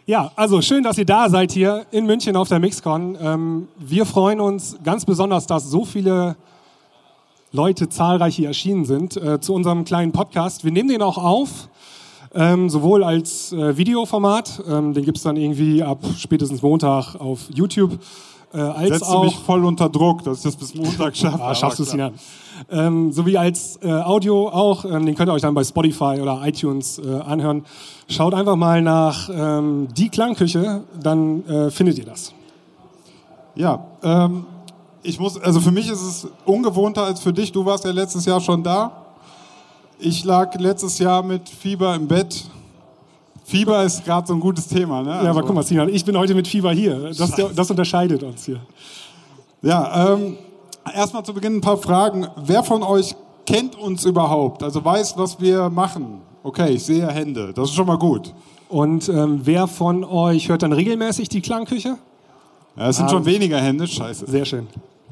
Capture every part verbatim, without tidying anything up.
Ja, also schön, dass ihr da seid hier in München auf der Mixcon. Ähm, wir freuen uns ganz besonders, dass so viele Leute zahlreich hier erschienen sind äh, zu unserem kleinen Podcast. Wir nehmen den auch auf, ähm, sowohl als äh, Videoformat, ähm, den gibt es dann irgendwie ab spätestens Montag auf YouTube, äh, als Setzt auch... du mich voll unter Druck, dass ich das bis Montag schaffe. Ah, schaffst du es nicht. Ähm, sowie als äh, Audio auch, ähm, den könnt ihr euch dann bei Spotify oder iTunes äh, anhören. Schaut einfach mal nach ähm, Die Klangküche, dann äh, findet ihr das. Ja, ähm, ich muss, also für mich ist es ungewohnter als für dich. Du warst ja letztes Jahr schon da. Ich lag letztes Jahr mit Fieber im Bett. Fieber ist gerade so ein gutes Thema, ne? Also, ja, aber guck mal, Sinan, ich bin heute mit Fieber hier. Das, das unterscheidet uns hier. Ja, ähm, erstmal zu Beginn ein paar Fragen. Wer von euch kennt uns überhaupt? Also weiß, was wir machen? Okay, ich sehe Hände. Das ist schon mal gut. Und ähm, wer von euch hört dann regelmäßig die Klangküche? Ja, es sind ah, schon weniger Hände. Scheiße. Sehr schön.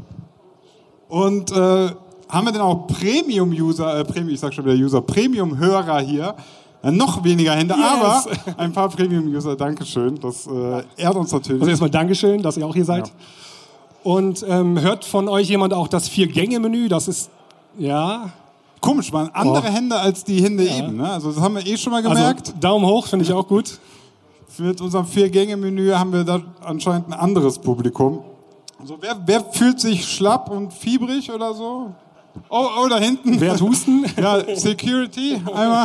Und äh, haben wir denn auch Premium-User, äh, Premium, ich sag schon wieder User, Premium-Hörer hier? Ja, noch weniger Hände, yes. Aber ein paar Premium-User. Dankeschön. Das äh, ehrt uns natürlich. Also erstmal Dankeschön, dass ihr auch hier seid. Ja. Und ähm, hört von euch jemand auch das Vier-Gänge-Menü? Das ist, ja... Komisch, waren andere oh. Hände als die Hände ja. eben. Ne? Also das haben wir eh schon mal gemerkt. Also, Daumen hoch, finde ich auch gut. Mit unserem Vier-Gänge-Menü haben wir da anscheinend ein anderes Publikum. Also wer, wer fühlt sich schlapp und fiebrig oder so? Oh, oh, da hinten. Wer hat Husten? Ja, Security, einmal.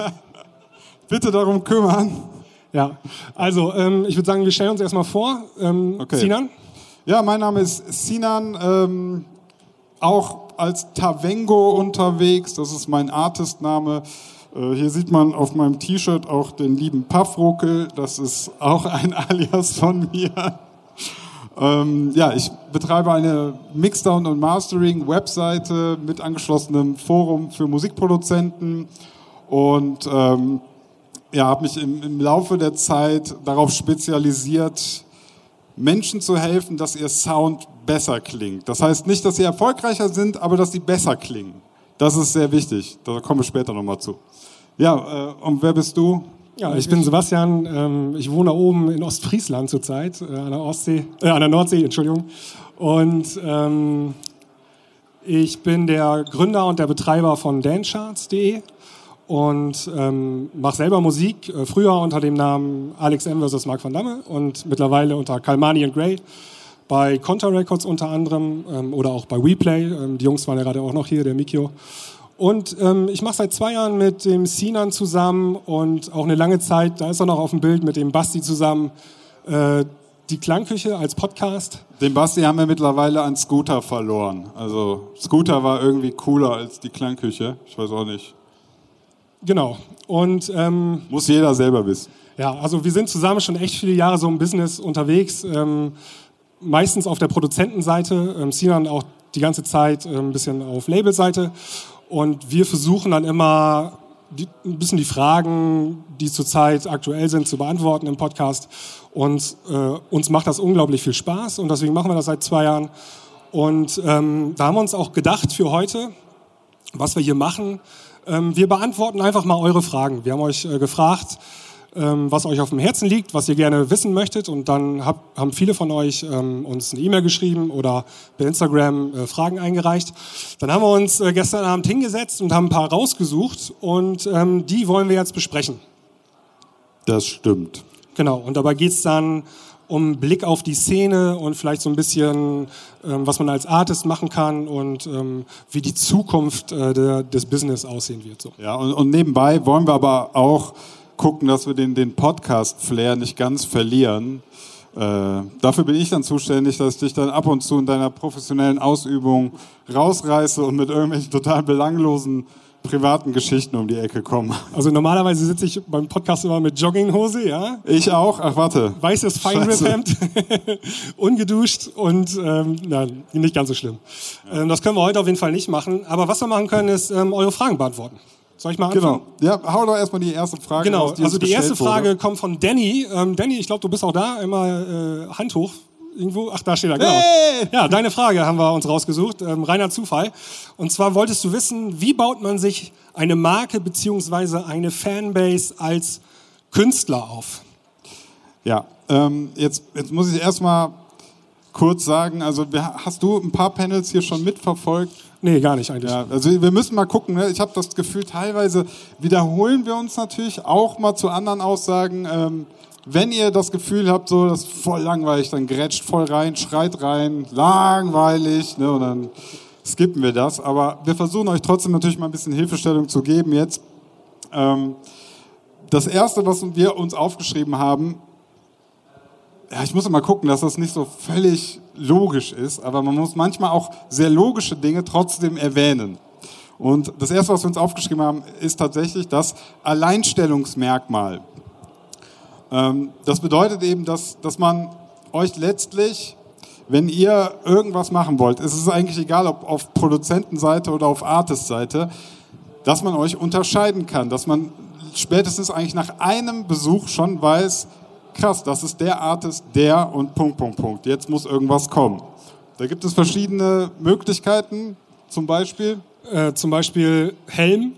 Bitte darum kümmern. Ja, also ähm, ich würde sagen, wir stellen uns erstmal vor. Ähm, okay. Sinan? Ja, mein Name ist Sinan, ähm, auch als Tavengo unterwegs, das ist mein Artistname. Äh, hier sieht man auf meinem T-Shirt auch den lieben Paffruckel, das ist auch ein Alias von mir. ähm, ja, ich betreibe eine Mixdown- und Mastering-Webseite mit angeschlossenem Forum für Musikproduzenten und ähm, ja, habe mich im, im Laufe der Zeit darauf spezialisiert, Menschen zu helfen, dass ihr Sound besser klingt. Das heißt nicht, dass sie erfolgreicher sind, aber dass sie besser klingen. Das ist sehr wichtig. Da kommen wir später nochmal zu. Ja, äh, und wer bist du? Ja, ich bin Sebastian. Ähm, ich wohne oben in Ostfriesland zurzeit, äh, an der Ostsee, äh, an der Nordsee, Entschuldigung. Und ähm, ich bin der Gründer und der Betreiber von dancecharts punkt de und ähm, mache selber Musik, äh, früher unter dem Namen Alex M. versus. Mark van Damme und mittlerweile unter Kalmani and Gray, bei Conta Records unter anderem ähm, oder auch bei WePlay, ähm, die Jungs waren ja gerade auch noch hier, der Mikio. Und ähm, ich mache seit zwei Jahren mit dem Sinan zusammen und auch eine lange Zeit, da ist er noch auf dem Bild, mit dem Basti zusammen, äh, die Klangküche als Podcast. Den Basti haben wir mittlerweile an Scooter verloren. Also Scooter war irgendwie cooler als die Klangküche, ich weiß auch nicht. Genau. Und, ähm, muss jeder selber wissen. Ja, also wir sind zusammen schon echt viele Jahre so im Business unterwegs, ähm, meistens auf der Produzentenseite, ähm, Sinan auch die ganze Zeit äh, ein bisschen auf Labelseite und wir versuchen dann immer die, ein bisschen die Fragen, die zurzeit aktuell sind, zu beantworten im Podcast und äh, uns macht das unglaublich viel Spaß und deswegen machen wir das seit zwei Jahren und ähm, da haben wir uns auch gedacht für heute, was wir hier machen. Wir beantworten einfach mal eure Fragen. Wir haben euch äh, gefragt, ähm, was euch auf dem Herzen liegt, was ihr gerne wissen möchtet. Und dann hab, haben viele von euch ähm, uns eine E-Mail geschrieben oder bei Instagram äh, Fragen eingereicht. Dann haben wir uns äh, gestern Abend hingesetzt und haben ein paar rausgesucht. Und ähm, die wollen wir jetzt besprechen. Das stimmt. Genau, und dabei geht es dann um Blick auf die Szene und vielleicht so ein bisschen, ähm, was man als Artist machen kann und ähm, wie die Zukunft äh, der, des Business aussehen wird. So. Ja, und, und nebenbei wollen wir aber auch gucken, dass wir den, den Podcast-Flair nicht ganz verlieren. Äh, dafür bin ich dann zuständig, dass ich dich dann ab und zu in deiner professionellen Ausübung rausreiße und mit irgendwelchen total belanglosen privaten Geschichten um die Ecke kommen. Also normalerweise sitze ich beim Podcast immer mit Jogginghose, ja? Ich auch? Ach, warte. Weißes Feinripp-Hemd, ungeduscht und ähm, na, nicht ganz so schlimm. Ja. Ähm, das können wir heute auf jeden Fall nicht machen. Aber was wir machen können, ist ähm, eure Fragen beantworten. Soll ich mal anfangen? Genau. Ja, hau doch erstmal die erste Frage Genau, raus, die also die erste Frage wurde. kommt von Danny. Ähm, Danny, ich glaube, du bist auch da. Immer äh, Hand hoch. Irgendwo? Ach, da steht er, genau. Hey! Ja, deine Frage haben wir uns rausgesucht, ähm, reiner Zufall. Und zwar wolltest du wissen, wie baut man sich eine Marke bzw. eine Fanbase als Künstler auf? Ja, ähm, jetzt, jetzt muss ich erstmal kurz sagen, also hast du ein paar Panels hier schon mitverfolgt? Nee, gar nicht eigentlich. Ja, also wir müssen mal gucken, ne? Ich habe das Gefühl, teilweise wiederholen wir uns natürlich auch mal zu anderen Aussagen. Ähm, wenn ihr das Gefühl habt, so, das ist voll langweilig, dann grätscht voll rein, schreit rein, langweilig, ne? Und dann skippen wir das. Aber wir versuchen euch trotzdem natürlich mal ein bisschen Hilfestellung zu geben jetzt. Ähm, das Erste, was wir uns aufgeschrieben haben, ja, ich muss mal gucken, dass das nicht so völlig logisch ist, aber man muss manchmal auch sehr logische Dinge trotzdem erwähnen. Und das Erste, was wir uns aufgeschrieben haben, ist tatsächlich das Alleinstellungsmerkmal. Ähm, das bedeutet eben, dass, dass man euch letztlich, wenn ihr irgendwas machen wollt, es ist eigentlich egal, ob auf Produzentenseite oder auf Artistseite, dass man euch unterscheiden kann, dass man spätestens eigentlich nach einem Besuch schon weiß, krass, das ist der Artist, der und Punkt, Punkt, Punkt. Jetzt muss irgendwas kommen. Da gibt es verschiedene Möglichkeiten, zum Beispiel. Äh, zum Beispiel Helm.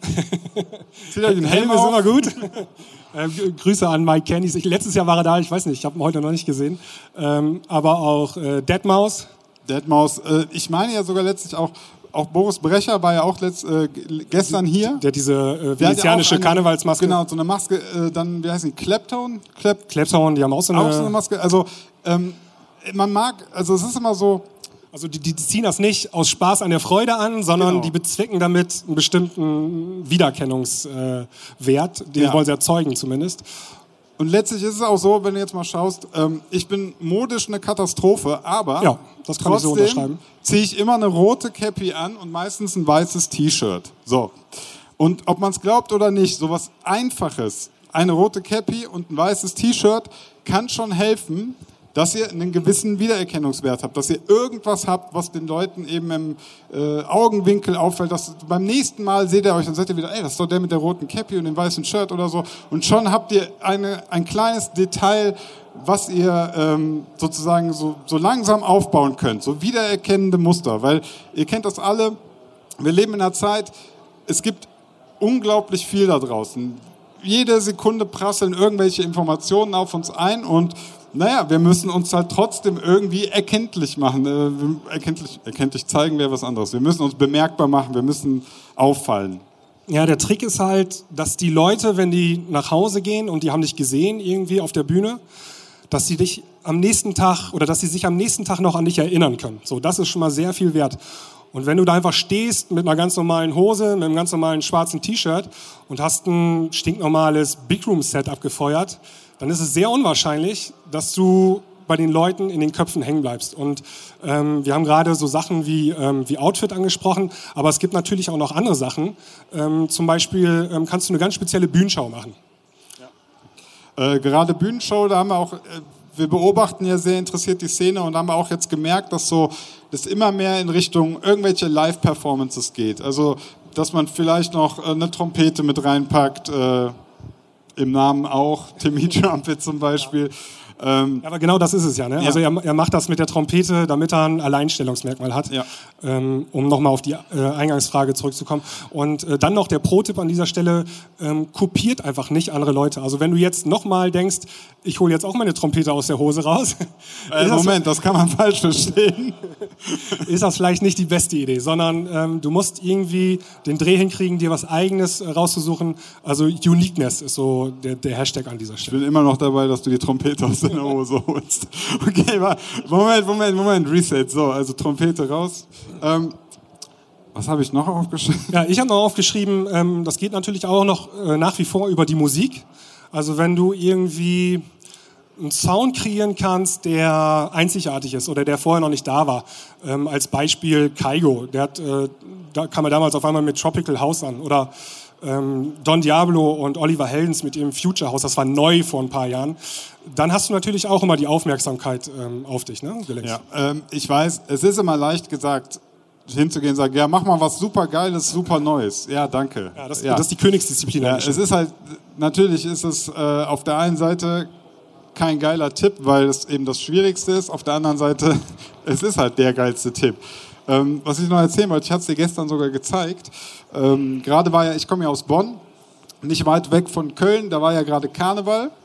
Zieht euch den Helm, Helm ist auf. immer gut. äh, Grüße an Mike Candys. Ich, letztes Jahr war er da, ich weiß nicht, ich habe ihn heute noch nicht gesehen. Ähm, aber auch äh, Deadmau5. Deadmau5. Äh, ich meine ja sogar letztlich auch, auch Boris Brecher war ja auch letzt, äh, gestern hier. Der diese äh, venezianische ja Karnevalsmaske. Genau, so eine Maske, äh, dann, wie heißt die, Clapton? Clap Clapton, die haben auch so eine... Auch so eine Maske. Also, ähm, man mag, also es ist immer so... Also die, die ziehen das nicht aus Spaß an der Freude an, sondern Genau. die bezwecken damit einen bestimmten Wiedererkennungswert, äh, den Ja. wollen sie erzeugen zumindest. Und letztlich ist es auch so, wenn du jetzt mal schaust, ähm, ich bin modisch eine Katastrophe, aber Ja, das kann ich so trotzdem unterschreiben. ziehe ich immer eine rote Cappy an und meistens ein weißes T-Shirt. So. Und ob man es glaubt oder nicht, sowas Einfaches, eine rote Cappy und ein weißes T-Shirt kann schon helfen, dass ihr einen gewissen Wiedererkennungswert habt, dass ihr irgendwas habt, was den Leuten eben im äh, Augenwinkel auffällt, dass beim nächsten Mal seht ihr euch und seid ihr wieder, ey, das ist doch der mit der roten Cappy und dem weißen Shirt oder so, und schon habt ihr eine, ein kleines Detail, was ihr ähm, sozusagen so, so langsam aufbauen könnt, so wiedererkennende Muster, weil ihr kennt das alle, wir leben in einer Zeit, es gibt unglaublich viel da draußen. Jede Sekunde prasseln irgendwelche Informationen auf uns ein und naja, wir müssen uns halt trotzdem irgendwie erkenntlich machen. Äh, erkenntlich, erkenntlich zeigen wäre was anderes. Wir müssen uns bemerkbar machen, wir müssen auffallen. Ja, der Trick ist halt, dass die Leute, wenn die nach Hause gehen und die haben dich gesehen irgendwie auf der Bühne, dass sie dich am nächsten Tag oder dass sie sich am nächsten Tag noch an dich erinnern können. So, das ist schon mal sehr viel wert. Und wenn du da einfach stehst mit einer ganz normalen Hose, mit einem ganz normalen schwarzen T-Shirt und hast ein stinknormales Big Room Set abgefeuert, dann ist es sehr unwahrscheinlich, dass du bei den Leuten in den Köpfen hängen bleibst. Und ähm, wir haben gerade so Sachen wie, ähm, wie Outfit angesprochen, aber es gibt natürlich auch noch andere Sachen. Ähm, zum Beispiel ähm, kannst du eine ganz spezielle Bühnenshow machen. Ja. Äh, gerade Bühnenshow, da haben wir auch, äh, wir beobachten ja sehr interessiert die Szene und haben auch jetzt gemerkt, dass so das immer mehr in Richtung irgendwelche Live-Performances geht. Also, dass man vielleicht noch äh, eine Trompete mit reinpackt, äh, im Namen auch, Timmy Trumpet zum Beispiel. Ähm, ja, aber genau das ist es ja. Ne? Ja. Also er, er macht das mit der Trompete, damit er ein Alleinstellungsmerkmal hat, Ja. ähm, um nochmal auf die äh, Eingangsfrage zurückzukommen. Und äh, dann noch der Pro-Tipp an dieser Stelle, ähm, kopiert einfach nicht andere Leute. Also wenn du jetzt nochmal denkst, ich hole jetzt auch meine Trompete aus der Hose raus. äh, Moment, das kann man falsch verstehen. Ist das vielleicht nicht die beste Idee, sondern ähm, du musst irgendwie den Dreh hinkriegen, dir was Eigenes äh, rauszusuchen. Also Uniqueness ist so der, der Hashtag an dieser Ich Stelle. bin immer noch dabei, dass du die Trompete aus deiner Hose holst. Okay, Moment, Moment, Moment, Reset. So, also Trompete raus. Ähm, was habe ich noch aufgeschrieben? Ja, ich habe noch aufgeschrieben, ähm, das geht natürlich auch noch äh, nach wie vor über die Musik. Also wenn du irgendwie einen Sound kreieren kannst, der einzigartig ist oder der vorher noch nicht da war. Ähm, als Beispiel Kygo, der hat, äh, da kam er damals auf einmal mit Tropical House an. Oder ähm, Don Diablo und Oliver Heldens mit ihrem Future House, das war neu vor ein paar Jahren. Dann hast du natürlich auch immer die Aufmerksamkeit ähm, auf dich, ne? Ja, ähm, ich weiß, es ist immer leicht gesagt, hinzugehen und sagen, ja, mach mal was super Geiles, super Neues. Ja, danke. Ja, das, ja. das ist die Königsdisziplin. Ja, es ist halt, natürlich ist es äh, auf der einen Seite kein geiler Tipp, weil es eben das Schwierigste ist. Auf der anderen Seite, es ist halt der geilste Tipp. Ähm, was ich noch erzählen wollte, ich hatte es dir gestern sogar gezeigt. Ähm, gerade war ja, ich komme ja aus Bonn, nicht weit weg von Köln, da war ja gerade Karneval.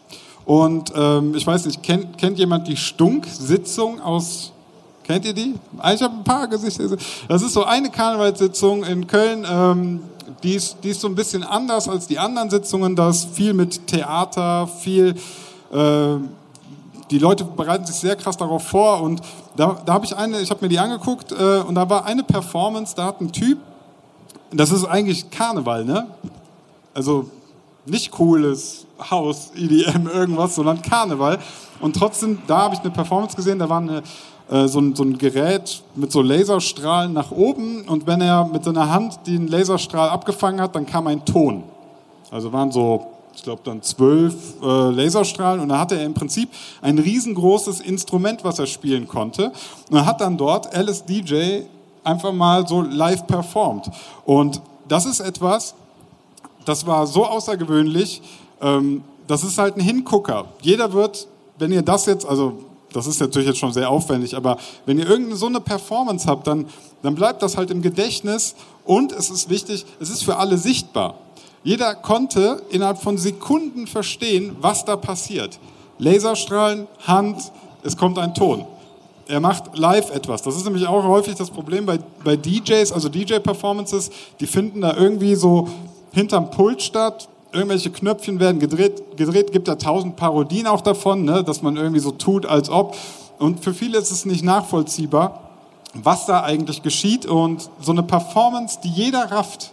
Und ähm, ich weiß nicht, kennt, kennt jemand die Stunk-Sitzung aus... Kennt ihr die? Ich habe ein paar Gesichter. Das ist so eine Karnevalssitzung in Köln. Ähm, die, ist, die ist so ein bisschen anders als die anderen Sitzungen. Da ist viel mit Theater, viel... Äh, die Leute bereiten sich sehr krass darauf vor. Und da, da habe ich eine, ich habe mir die angeguckt äh, und da war eine Performance, da hat ein Typ, das ist eigentlich Karneval, ne? Also nicht cooles Haus, E D M, irgendwas, sondern Karneval. Und trotzdem, da habe ich eine Performance gesehen, da war eine So ein, so ein Gerät mit so Laserstrahlen nach oben und wenn er mit seiner Hand den Laserstrahl abgefangen hat, dann kam ein Ton. Also waren so, ich glaube dann zwölf äh, Laserstrahlen und da hatte er im Prinzip ein riesengroßes Instrument, was er spielen konnte und er hat dann dort Alice D J einfach mal so live performt. Und das ist etwas, das war so außergewöhnlich, ähm, das ist halt ein Hingucker. Jeder wird, wenn ihr das jetzt, also das ist natürlich jetzt schon sehr aufwendig, aber wenn ihr irgendeine so eine Performance habt, dann, dann bleibt das halt im Gedächtnis und es ist wichtig, es ist für alle sichtbar. Jeder konnte innerhalb von Sekunden verstehen, was da passiert. Laserstrahlen, Hand, es kommt ein Ton. Er macht live etwas. Das ist nämlich auch häufig das Problem bei, bei D Js, also D J-Performances, die finden da irgendwie so hinterm Pult statt. Irgendwelche Knöpfchen werden gedreht, gedreht, gibt ja tausend Parodien auch davon, ne, dass man irgendwie so tut, als ob. Und für viele ist es nicht nachvollziehbar, was da eigentlich geschieht. Und so eine Performance, die jeder rafft,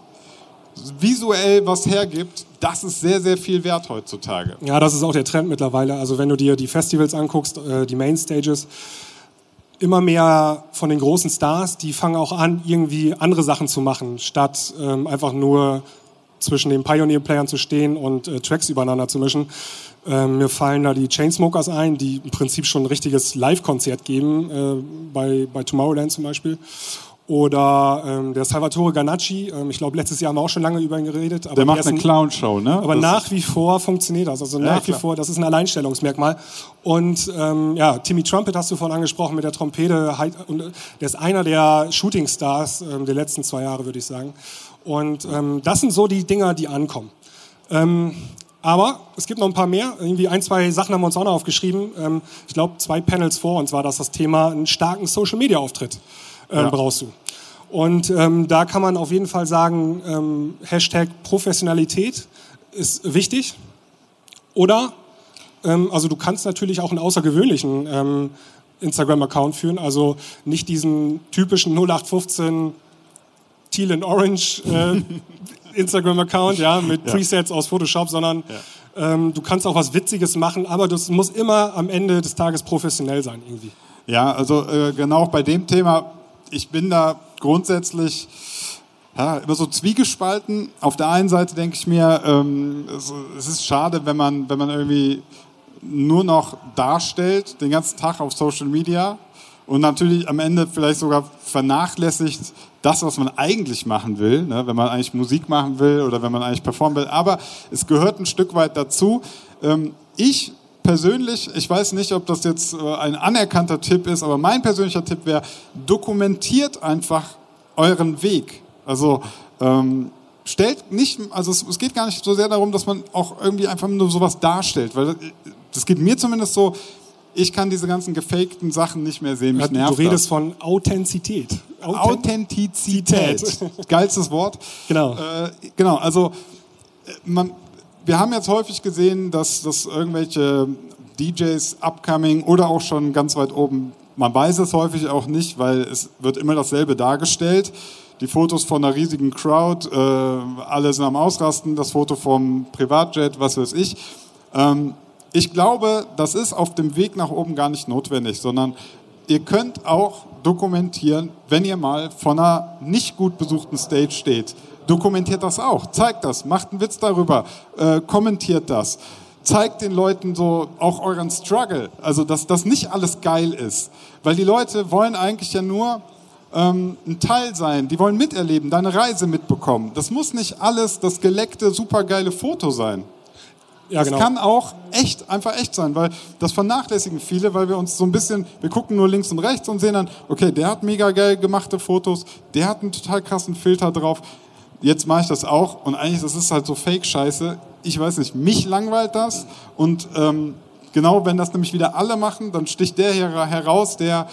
visuell was hergibt, das ist sehr, sehr viel wert heutzutage. Ja, das ist auch der Trend mittlerweile. Also wenn du dir die Festivals anguckst, die Mainstages, immer mehr von den großen Stars, die fangen auch an, irgendwie andere Sachen zu machen, statt ähm, einfach nur zwischen den Pioneer-Playern zu stehen und äh, Tracks übereinander zu mischen. Ähm, mir fallen da die Chainsmokers ein, die im Prinzip schon ein richtiges Live-Konzert geben, äh, bei, bei Tomorrowland zum Beispiel. Oder ähm, der Salvatore Ganacci, ähm, ich glaube, letztes Jahr haben wir auch schon lange über ihn geredet. Aber der macht eine Clown-Show, ne? Aber das nach wie vor funktioniert das. Also nach ja, wie vor, das ist ein Alleinstellungsmerkmal. Und ähm, ja, Timmy Trumpet hast du vorhin angesprochen mit der Trompete. Und der ist einer der Shooting-Stars ähm, der letzten zwei Jahre, würde ich sagen. Und ähm, das sind so die Dinger, die ankommen. Ähm, aber es gibt noch ein paar mehr. Irgendwie ein, zwei Sachen haben wir uns auch noch aufgeschrieben. Ähm, ich glaube, zwei Panels vor uns war das das Thema, einen starken Social-Media-Auftritt äh, ja. brauchst du. Und ähm, da kann man auf jeden Fall sagen, ähm, Hashtag Professionalität ist wichtig. Oder, ähm, also du kannst natürlich auch einen außergewöhnlichen ähm, Instagram-Account führen. Also nicht diesen typischen null acht fünfzehn Teal and Orange äh, Instagram-Account, ja, mit ja. Presets aus Photoshop, sondern ja. ähm, du kannst auch was Witziges machen, aber das muss immer am Ende des Tages professionell sein irgendwie. Ja, also äh, genau bei dem Thema, ich bin da grundsätzlich ja, immer so zwiegespalten. Auf der einen Seite denke ich mir, ähm, es, es ist schade, wenn man, wenn man irgendwie nur noch darstellt, den ganzen Tag auf Social Media und natürlich am Ende vielleicht sogar vernachlässigt das, was man eigentlich machen will, ne, wenn man eigentlich Musik machen will oder wenn man eigentlich performen will. Aber es gehört ein Stück weit dazu. Ähm, ich persönlich, ich weiß nicht, ob das jetzt äh, ein anerkannter Tipp ist, aber mein persönlicher Tipp wäre, dokumentiert einfach euren Weg. Also ähm, stellt nicht, also es, es geht gar nicht so sehr darum, dass man auch irgendwie einfach nur sowas darstellt, weil das geht mir zumindest so, ich kann diese ganzen gefakten Sachen nicht mehr sehen. Mich nervt du redest das. von Authentizität. Authentizität. Geilstes Wort. Genau. Äh, genau, also man, wir haben jetzt häufig gesehen, dass, dass irgendwelche D Js upcoming oder auch schon ganz weit oben, man weiß es häufig auch nicht, weil es wird immer dasselbe dargestellt. Die Fotos von einer riesigen Crowd, äh, alle sind am Ausrasten, das Foto vom Privatjet, was weiß ich. Ähm, Ich glaube, das ist auf dem Weg nach oben gar nicht notwendig, sondern ihr könnt auch dokumentieren, wenn ihr mal von einer nicht gut besuchten Stage steht. Dokumentiert das auch, zeigt das, macht einen Witz darüber, äh, kommentiert das. Zeigt den Leuten so auch euren Struggle, also dass das nicht alles geil ist. Weil die Leute wollen eigentlich ja nur ähm, ein Teil sein, die wollen miterleben, deine Reise mitbekommen. Das muss nicht alles das geleckte, supergeile Foto sein. Ja, das genau. kann auch echt, einfach echt sein, weil das vernachlässigen viele, weil wir uns so ein bisschen, wir gucken nur links und rechts und sehen dann, okay, der hat mega geil gemachte Fotos, der hat einen total krassen Filter drauf, jetzt mache ich das auch und eigentlich, das ist halt so Fake-Scheiße, ich weiß nicht, mich langweilt das und ähm, genau, wenn das nämlich wieder alle machen, dann sticht der hier heraus, der,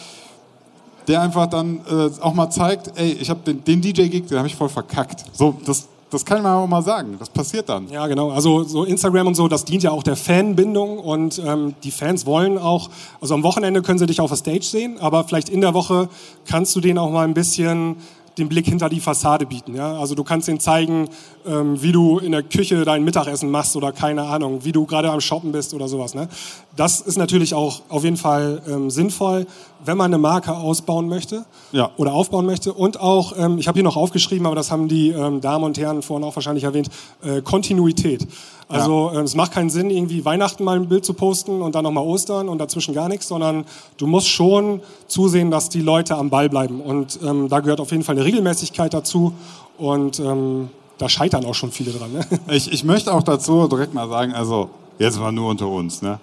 der einfach dann äh, auch mal zeigt, ey, ich habe den, den D J-Gig, den habe ich voll verkackt. So, das, das kann man auch mal sagen, das passiert dann. Ja, genau, also so Instagram und so, das dient ja auch der Fanbindung und ähm, die Fans wollen auch, also am Wochenende können sie dich auf der Stage sehen, aber vielleicht in der Woche kannst du denen auch mal ein bisschen den Blick hinter die Fassade bieten. Ja? Also du kannst denen zeigen, ähm, wie du in der Küche dein Mittagessen machst oder keine Ahnung, wie du gerade am Shoppen bist oder sowas. Ne? Das ist natürlich auch auf jeden Fall ähm, sinnvoll, wenn man eine Marke ausbauen möchte ja. oder aufbauen möchte. Und auch, ähm, ich habe hier noch aufgeschrieben, aber das haben die ähm, Damen und Herren vorhin auch wahrscheinlich erwähnt, äh, Kontinuität. Also ja. äh, es macht keinen Sinn, irgendwie Weihnachten mal ein Bild zu posten und dann nochmal Ostern und dazwischen gar nichts, sondern du musst schon zusehen, dass die Leute am Ball bleiben. Und ähm, da gehört auf jeden Fall eine Regelmäßigkeit dazu und ähm, da scheitern auch schon viele dran. Ne? Ich, ich möchte auch dazu direkt mal sagen, also jetzt mal nur unter uns. Ne?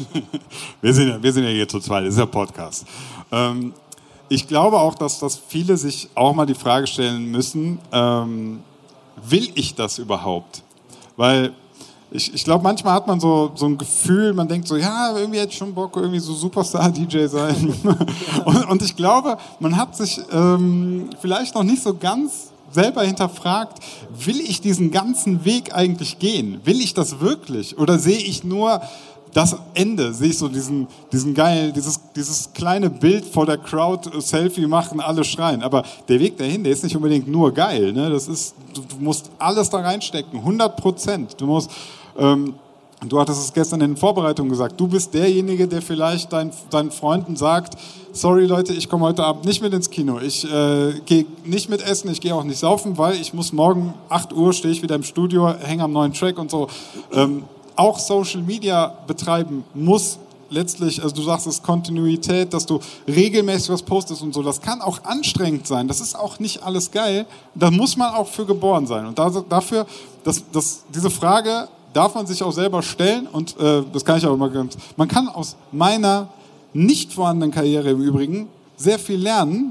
wir, sind ja, wir sind ja hier zu zweit, das ist ja Podcast. Ähm, ich glaube auch, dass, dass viele sich auch mal die Frage stellen müssen, ähm, will ich das überhaupt? Weil ich, ich glaube, manchmal hat man so, so ein Gefühl, man denkt so, ja, irgendwie hätte ich schon Bock, irgendwie so Superstar-D J sein. und, und ich glaube, man hat sich ähm, vielleicht noch nicht so ganz selber hinterfragt, will ich diesen ganzen Weg eigentlich gehen? Will ich das wirklich? Oder sehe ich nur das Ende? Sehe ich so diesen, diesen geil, dieses, dieses kleine Bild vor der Crowd, Selfie machen, alle schreien. Aber der Weg dahin, der ist nicht unbedingt nur geil. Ne? Das ist, du, du musst alles da reinstecken, hundert Prozent. Du musst, ähm, du hattest es gestern in den Vorbereitungen gesagt, du bist derjenige, der vielleicht dein, deinen Freunden sagt, sorry Leute, ich komme heute Abend nicht mit ins Kino, ich äh, gehe nicht mit essen, ich gehe auch nicht saufen, weil ich muss morgen acht Uhr, stehe ich wieder im Studio, hänge am neuen Track und so. Ähm, auch Social Media betreiben muss letztlich, also du sagst es, Kontinuität, dass du regelmäßig was postest und so, das kann auch anstrengend sein, das ist auch nicht alles geil, da muss man auch für geboren sein. Und da, dafür, dass, dass diese Frage darf man sich auch selber stellen und äh, das kann ich auch immer ganz, man kann aus meiner nicht vorhandenen Karriere im Übrigen sehr viel lernen.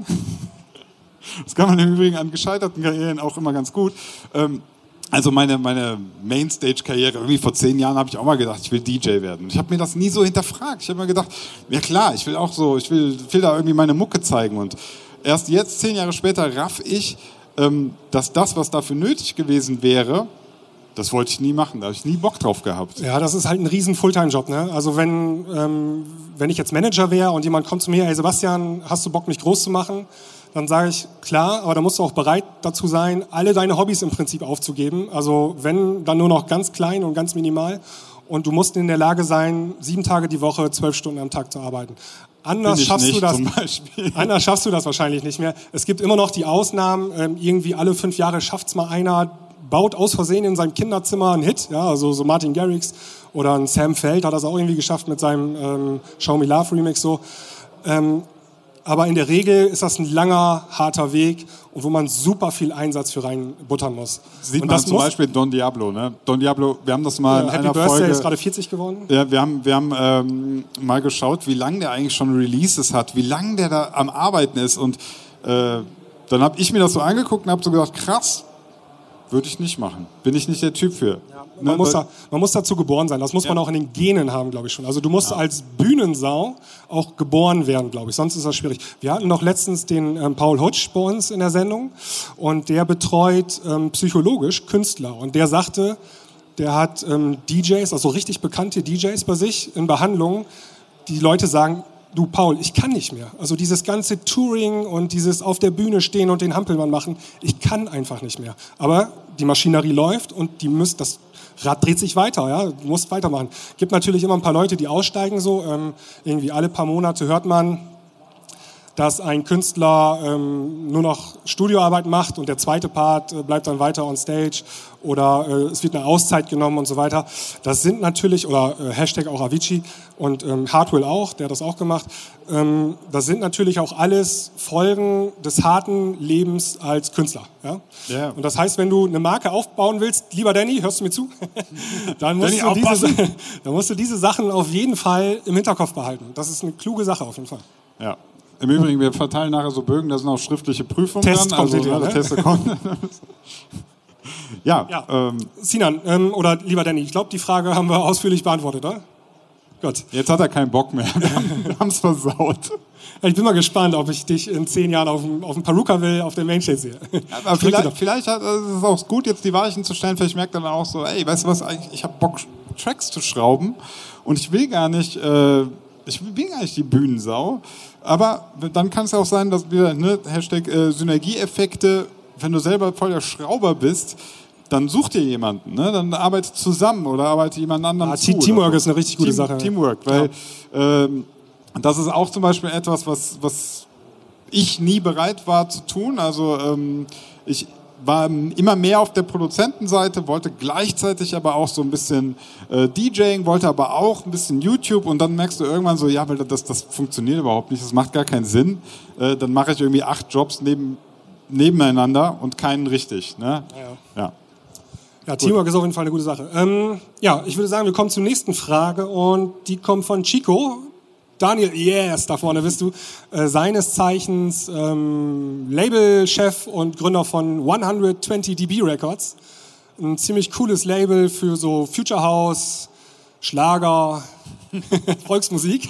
Das kann man im Übrigen an gescheiterten Karrieren auch immer ganz gut. Ähm, Also meine, meine Mainstage-Karriere, irgendwie vor zehn Jahren habe ich auch mal gedacht, ich will D J werden. Ich habe mir das nie so hinterfragt. Ich habe mir gedacht, ja klar, ich will auch so, ich will, will da irgendwie meine Mucke zeigen. Und erst jetzt, zehn Jahre später, raff ich, ähm, dass das, was dafür nötig gewesen wäre, das wollte ich nie machen, da habe ich nie Bock drauf gehabt. Ja, das ist halt ein riesen Fulltime-Job. Ne? Also wenn, ähm, wenn ich jetzt Manager wäre und jemand kommt zu mir, hey Sebastian, hast du Bock, mich groß zu machen? Dann sage ich, klar, aber da musst du auch bereit dazu sein, alle deine Hobbys im Prinzip aufzugeben. Also wenn, dann nur noch ganz klein und ganz minimal. Und du musst in der Lage sein, sieben Tage die Woche, zwölf Stunden am Tag zu arbeiten. Anders schaffst nicht, du das. Zum Beispiel. Anders schaffst du das wahrscheinlich nicht mehr. Es gibt immer noch die Ausnahmen. Ähm, irgendwie alle fünf Jahre schafft's mal einer, baut aus Versehen in seinem Kinderzimmer einen Hit. Ja, also so Martin Garrix oder ein Sam Feld hat das auch irgendwie geschafft mit seinem ähm, Show Me Love Remix so. Ähm, Aber in der Regel ist das ein langer, harter Weg und wo man super viel Einsatz für reinbuttern muss. Sieht und man das zum muss, Beispiel Don Diablo. Ne? Don Diablo, wir haben das mal ja, in Happy einer Birthday Folge... ist gerade vierzig geworden. Ja, wir haben, wir haben ähm, mal geschaut, wie lange der eigentlich schon Releases hat, wie lange der da am Arbeiten ist. Und äh, dann habe ich mir das so angeguckt und habe so gedacht, krass, würde ich nicht machen. Bin ich nicht der Typ für. Ja, man, ne? muss da, man muss dazu geboren sein. Das muss ja. man auch in den Genen haben, glaube ich schon. Also du musst ja. als Bühnensau auch geboren werden, glaube ich. Sonst ist das schwierig. Wir hatten noch letztens den ähm, Paul Hutsch bei uns in der Sendung und der betreut ähm, psychologisch Künstler. Und der sagte, der hat ähm, D Js, also richtig bekannte D Js bei sich in Behandlung. Die Leute sagen, du Paul, ich kann nicht mehr. Also dieses ganze Touring und dieses auf der Bühne stehen und den Hampelmann machen, ich kann einfach nicht mehr. Aber die Maschinerie läuft und die müsst, das Rad dreht sich weiter, ja, du musst weitermachen. Gibt natürlich immer ein paar Leute, die aussteigen so, ähm, irgendwie alle paar Monate hört man, dass ein Künstler ähm, nur noch Studioarbeit macht und der zweite Part äh, bleibt dann weiter on stage oder äh, es wird eine Auszeit genommen und so weiter. Das sind natürlich, oder äh, Hashtag auch Avicii und ähm, Hardwell auch, der hat das auch gemacht, ähm, das sind natürlich auch alles Folgen des harten Lebens als Künstler. Ja? Yeah. Und das heißt, wenn du eine Marke aufbauen willst, lieber Danny, hörst du mir zu? dann, musst Danny, du diese, dann musst du diese Sachen auf jeden Fall im Hinterkopf behalten. Das ist eine kluge Sache auf jeden Fall. Ja. Im Übrigen, wir verteilen nachher so Bögen, da sind auch schriftliche Prüfungen Test dran. Also, kommt ja, ne? Teste kommen. ja. ja. Ähm, Sinan, ähm, oder lieber Danny, ich glaube, die Frage haben wir ausführlich beantwortet, oder? Gott. Jetzt hat er keinen Bock mehr. Wir haben es versaut. Ich bin mal gespannt, ob ich dich in zehn Jahren auf dem, auf dem Peruka will, auf dem Mainstage sehe. Aber vielleicht, vielleicht hat, ist es auch gut, jetzt die Weichen zu stellen. Vielleicht merkt er dann auch so, ey, weißt du was, ich habe Bock, Tracks zu schrauben und ich will gar nicht, äh, ich will gar nicht die Bühnensau. Aber dann kann es ja auch sein, dass wieder, ne, Hashtag äh, Synergieeffekte, wenn du selber voll der Schrauber bist, dann such dir jemanden, ne? Dann arbeitet zusammen oder arbeitet jemand anderen ah, zu. Teamwork ist eine richtig gute Team, Sache. Teamwork, weil ja. ähm, das ist auch zum Beispiel etwas, was, was ich nie bereit war zu tun. Also ähm, ich war immer mehr auf der Produzentenseite, wollte gleichzeitig aber auch so ein bisschen äh, DJing, wollte aber auch ein bisschen YouTube und dann merkst du irgendwann so, ja, weil das, das funktioniert überhaupt nicht, das macht gar keinen Sinn. Äh, dann mache ich irgendwie acht Jobs neben, nebeneinander und keinen richtig. Ne? Ja. ja. Ja, Teamwork ist auf jeden Fall eine gute Sache. Ähm, ja, ich würde sagen, wir kommen zur nächsten Frage und die kommt von Chico. Daniel, yes, da vorne bist du, äh, seines Zeichens ähm, Labelchef und Gründer von hundertzwanzig D B Records. Ein ziemlich cooles Label für so Future House, Schlager, Volksmusik.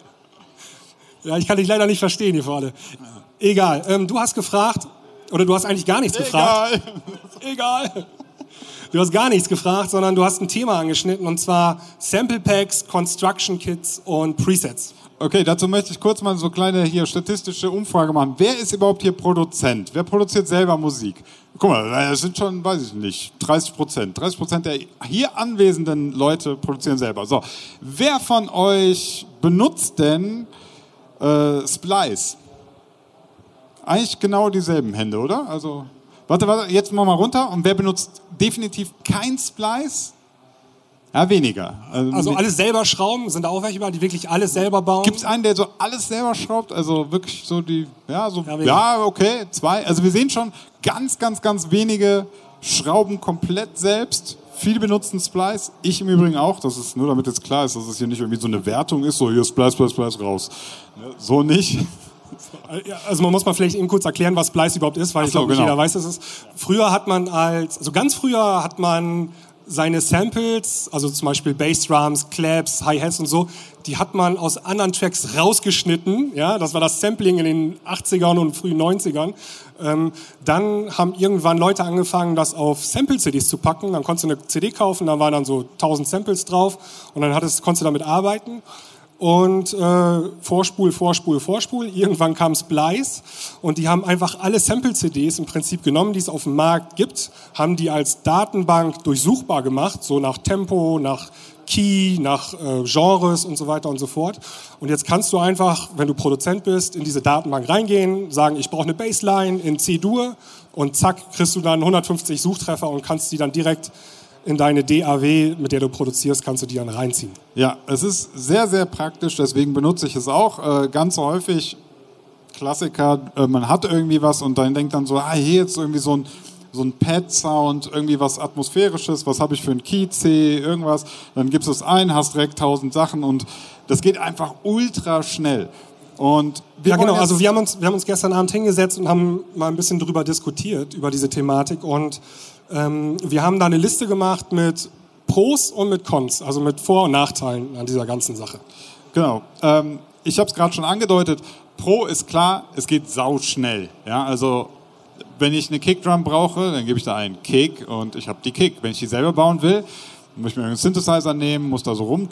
Ja, ich kann dich leider nicht verstehen hier vorne. Egal, ähm, du hast gefragt, oder du hast eigentlich gar nichts gefragt. Egal. Egal. Du hast gar nichts gefragt, sondern du hast ein Thema angeschnitten, und zwar Sample Packs, Construction Kits und Presets. Okay, dazu möchte ich kurz mal so eine kleine hier statistische Umfrage machen. Wer ist überhaupt hier Produzent? Wer produziert selber Musik? Guck mal, das sind schon, weiß ich nicht, dreißig Prozent. dreißig Prozent der hier anwesenden Leute produzieren selber. So, wer von euch benutzt denn äh, Splice? Eigentlich genau dieselben Hände, oder? Also, warte, warte, jetzt machen wir mal runter. Und wer benutzt definitiv kein Splice? Ja, weniger. Also, also alles selber schrauben? Sind da auch welche, die wirklich alles selber bauen? Gibt es einen, der so alles selber schraubt? Also wirklich so die, ja, so, ja, ja, okay, zwei. Also wir sehen schon, ganz, ganz, ganz wenige schrauben komplett selbst. Viele benutzen Splice. Ich im Übrigen auch. Das ist nur, damit jetzt klar ist, dass es hier nicht irgendwie so eine Wertung ist, so hier Splice, Splice, Splice, raus. So nicht. Also man muss mal vielleicht eben kurz erklären, was Splice überhaupt ist, weil Ach ich glaube, so, nicht genau. jeder weiß, was es ist. Früher hat man als, also ganz früher hat man seine Samples, also zum Beispiel Bassdrums, Claps, Hi-Hats und so, die hat man aus anderen Tracks rausgeschnitten. Ja, das war das Sampling in den achtzigern und frühen neunzigern. Ähm, dann haben irgendwann Leute angefangen, das auf Sample-C Ds zu packen. Dann konntest du eine C D kaufen, da waren dann so tausend Samples drauf und dann hattest, konntest du damit arbeiten. Und äh, Vorspul, Vorspul, Vorspul. Irgendwann kam Splice und die haben einfach alle Sample-C Ds im Prinzip genommen, die es auf dem Markt gibt, haben die als Datenbank durchsuchbar gemacht, so nach Tempo, nach Key, nach äh, Genres und so weiter und so fort. Und jetzt kannst du einfach, wenn du Produzent bist, in diese Datenbank reingehen, sagen, ich brauche eine Bassline in C-Dur und zack, kriegst du dann hundertfünfzig Suchtreffer und kannst die dann direkt in deine D A W, mit der du produzierst, kannst du die dann reinziehen. Ja, es ist sehr, sehr praktisch, deswegen benutze ich es auch. Äh, ganz häufig, Klassiker, äh, man hat irgendwie was und dann denkt dann so, ah, hier jetzt irgendwie so ein, so ein Pad-Sound, irgendwie was Atmosphärisches, was habe ich für ein Key-C, irgendwas. Dann gibst du es ein, hast direkt tausend Sachen und das geht einfach ultra schnell. Und wir ja, genau, jetzt also wir haben, uns, wir haben uns gestern Abend hingesetzt und haben mal ein bisschen drüber diskutiert, über diese Thematik, und ähm, wir haben da eine Liste gemacht mit Pros und mit Cons, also mit Vor- und Nachteilen an dieser ganzen Sache. Genau, ähm, ich habe es gerade schon angedeutet, Pro ist klar, es geht sauschnell. Ja, also wenn ich eine Kickdrum brauche, dann gebe ich da einen Kick und ich habe die Kick. Wenn ich die selber bauen will, muss ich mir einen Synthesizer nehmen, muss da so rum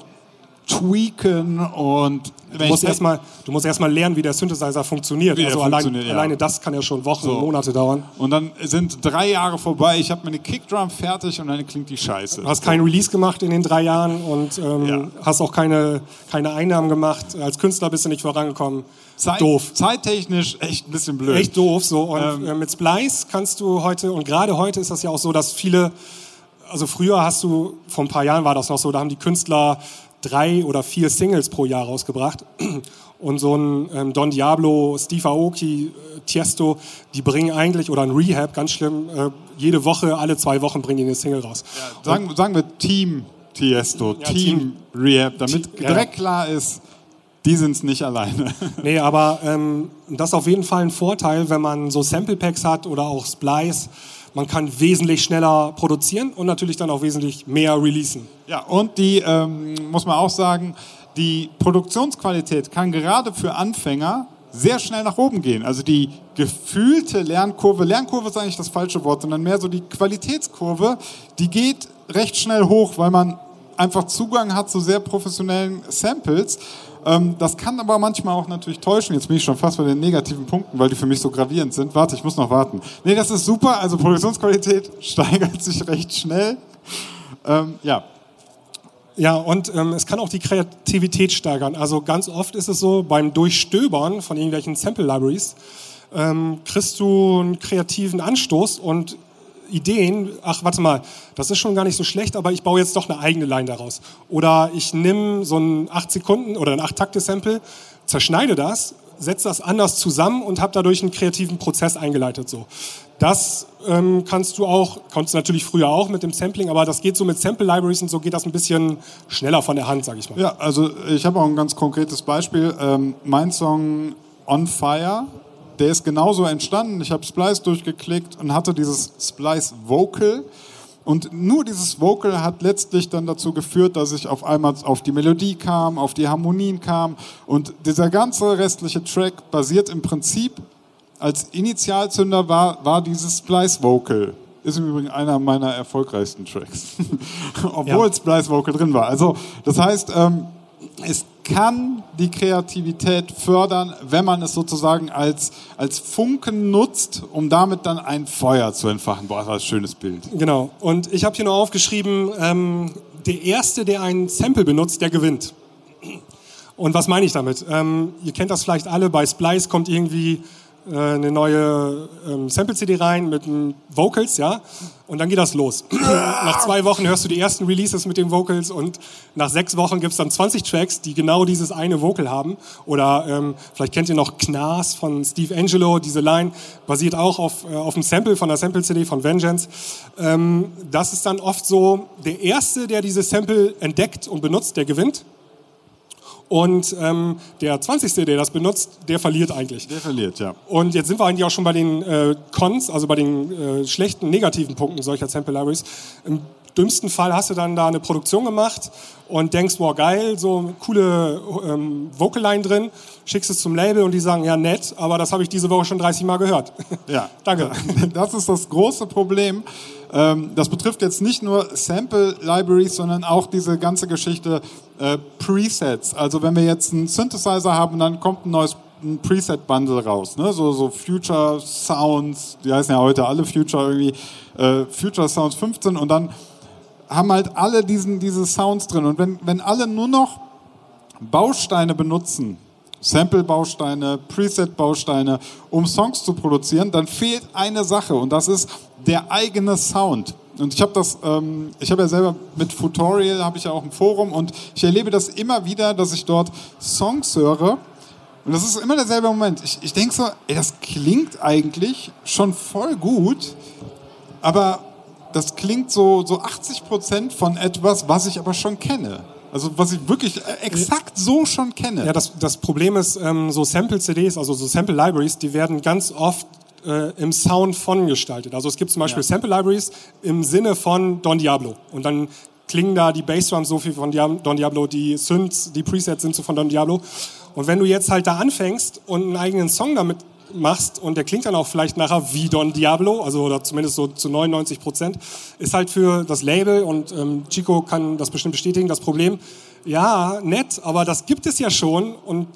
tweaken und du musst erstmal du musst erstmal lernen, wie der Synthesizer funktioniert. Wie also der allein, funktioniert, ja. alleine das kann ja schon Wochen So. und Monate dauern. Und dann sind drei Jahre vorbei, ich habe meine Kickdrum fertig und dann klingt die scheiße. Du hast keinen Release gemacht in den drei Jahren und ähm, Ja. hast auch keine, keine Einnahmen gemacht. Als Künstler bist du nicht vorangekommen. Zeit, Doof. Zeittechnisch echt ein bisschen blöd. Echt doof. So. Und Ähm. äh, mit Splice kannst du heute, und gerade heute ist das ja auch so, dass viele, also früher hast du, vor ein paar Jahren war das noch so, da haben die Künstler drei oder vier Singles pro Jahr rausgebracht. Und so ein ähm, Don Diablo, Steve Aoki, äh, Tiesto, die bringen eigentlich, oder ein Rehab, ganz schlimm, äh, jede Woche, alle zwei Wochen bringen die eine Single raus. Ja, sagen, sagen wir Team Tiesto, Ja, Team, Team Rehab, damit Ja. direkt klar ist, die sind es nicht alleine. Nee, aber ähm, das ist auf jeden Fall ein Vorteil, wenn man so Sample Packs hat oder auch Splice. man kann wesentlich schneller produzieren und natürlich dann auch wesentlich mehr releasen. Ja, und die, ähm, muss man auch sagen, die Produktionsqualität kann gerade für Anfänger sehr schnell nach oben gehen. Also die gefühlte Lernkurve, Lernkurve ist eigentlich das falsche Wort, sondern mehr so die Qualitätskurve, die geht recht schnell hoch, weil man einfach Zugang hat zu sehr professionellen Samples. Ähm, das kann aber manchmal auch natürlich täuschen. Jetzt bin ich schon fast bei den negativen Punkten, weil die für mich so gravierend sind. Warte, ich muss noch warten. Nee, das ist super. Also Produktionsqualität steigert sich recht schnell. Ähm, ja. Ja, und ähm, es kann auch die Kreativität steigern. Also ganz oft ist es so, beim Durchstöbern von irgendwelchen Sample-Libraries ähm, kriegst du einen kreativen Anstoß und Ideen, ach warte mal, das ist schon gar nicht so schlecht, aber ich baue jetzt doch eine eigene Line daraus. Oder ich nehme so ein acht Sekunden oder ein acht Takte Sample, zerschneide das, setze das anders zusammen und habe dadurch einen kreativen Prozess eingeleitet. So. Das ähm, kannst du auch, konntest du natürlich früher auch mit dem Sampling, aber das geht so mit Sample-Libraries und so geht das ein bisschen schneller von der Hand, sag ich mal. Ja, also ich habe auch ein ganz konkretes Beispiel. Ähm, mein Song On Fire, der ist genauso entstanden. Ich habe Splice durchgeklickt und hatte dieses Splice Vocal. Und nur dieses Vocal hat letztlich dann dazu geführt, dass ich auf einmal auf die Melodie kam, auf die Harmonien kam. Und dieser ganze restliche Track basiert im Prinzip, als Initialzünder war, war dieses Splice Vocal. Ist im Übrigen einer meiner erfolgreichsten Tracks. Obwohl ja. Splice Vocal drin war. Also das heißt, ähm, es kann die Kreativität fördern, wenn man es sozusagen als, als Funken nutzt, um damit dann ein Feuer zu entfachen. Boah, das war ein schönes Bild. Genau. Und ich habe hier noch aufgeschrieben, ähm, der Erste, der ein Sample benutzt, der gewinnt. Und was meine ich damit? Ähm, ihr kennt das vielleicht alle, bei Splice kommt irgendwie äh, eine neue ähm, Sample-C D rein mit ähm, Vocals, ja, und dann geht das los. Nach zwei Wochen hörst du die ersten Releases mit den Vocals und nach sechs Wochen gibt es dann zwanzig Tracks, die genau dieses eine Vocal haben. Oder ähm, vielleicht kennt ihr noch Knas von Steve Angelo, diese Line basiert auch auf, äh, auf einem Sample von der Sample-C D von Vengeance. Ähm, das ist dann oft so, der Erste, der dieses Sample entdeckt und benutzt, der gewinnt. Und ähm, der zwanzigste, der das benutzt, der verliert eigentlich. Der verliert, ja. Und jetzt sind wir eigentlich auch schon bei den äh, Cons, also bei den äh, schlechten, negativen Punkten solcher Sample Libraries. Im dümmsten Fall hast du dann da eine Produktion gemacht und denkst, wow, geil, so coole ähm, Vocal-Line drin, schickst es zum Label und die sagen, ja, nett, aber das habe ich diese Woche schon dreißig Mal gehört. Ja, danke. Das ist das große Problem. Das betrifft jetzt nicht nur Sample-Libraries, sondern auch diese ganze Geschichte äh, Presets. Also wenn wir jetzt einen Synthesizer haben, dann kommt ein neues ein Preset-Bundle raus. Ne? So, so Future Sounds, die heißen ja heute alle Future irgendwie, äh, Future Sounds fünfzehn und dann haben halt alle diesen, diese Sounds drin. Und wenn, wenn alle nur noch Bausteine benutzen, Sample-Bausteine, Preset-Bausteine, um Songs zu produzieren, dann fehlt eine Sache und das ist der eigene Sound. Und ich habe das, ähm, ich habe ja selber mit Futorial, habe ich ja auch ein Forum und ich erlebe das immer wieder, dass ich dort Songs höre und das ist immer derselbe Moment. Ich, ich denke so, ey, das klingt eigentlich schon voll gut, aber das klingt so, so achtzig Prozent von etwas, was ich aber schon kenne. Also was ich wirklich exakt so schon kenne. Ja, das, das Problem ist, ähm, so Sample-C Ds, also so Sample-Libraries, die werden ganz oft äh, im Sound von gestaltet. Also es gibt zum Beispiel ja. Sample-Libraries im Sinne von Don Diablo. Und dann klingen da die Bassdrums so viel von Don Diablo, die Synths, die Presets sind so von Don Diablo. Und wenn du jetzt halt da anfängst und einen eigenen Song damit machst und der klingt dann auch vielleicht nachher wie Don Diablo, also oder zumindest so zu neunundneunzig Prozent, ist halt für das Label und ähm, Chico kann das bestimmt bestätigen, das Problem, ja, nett, aber das gibt es ja schon und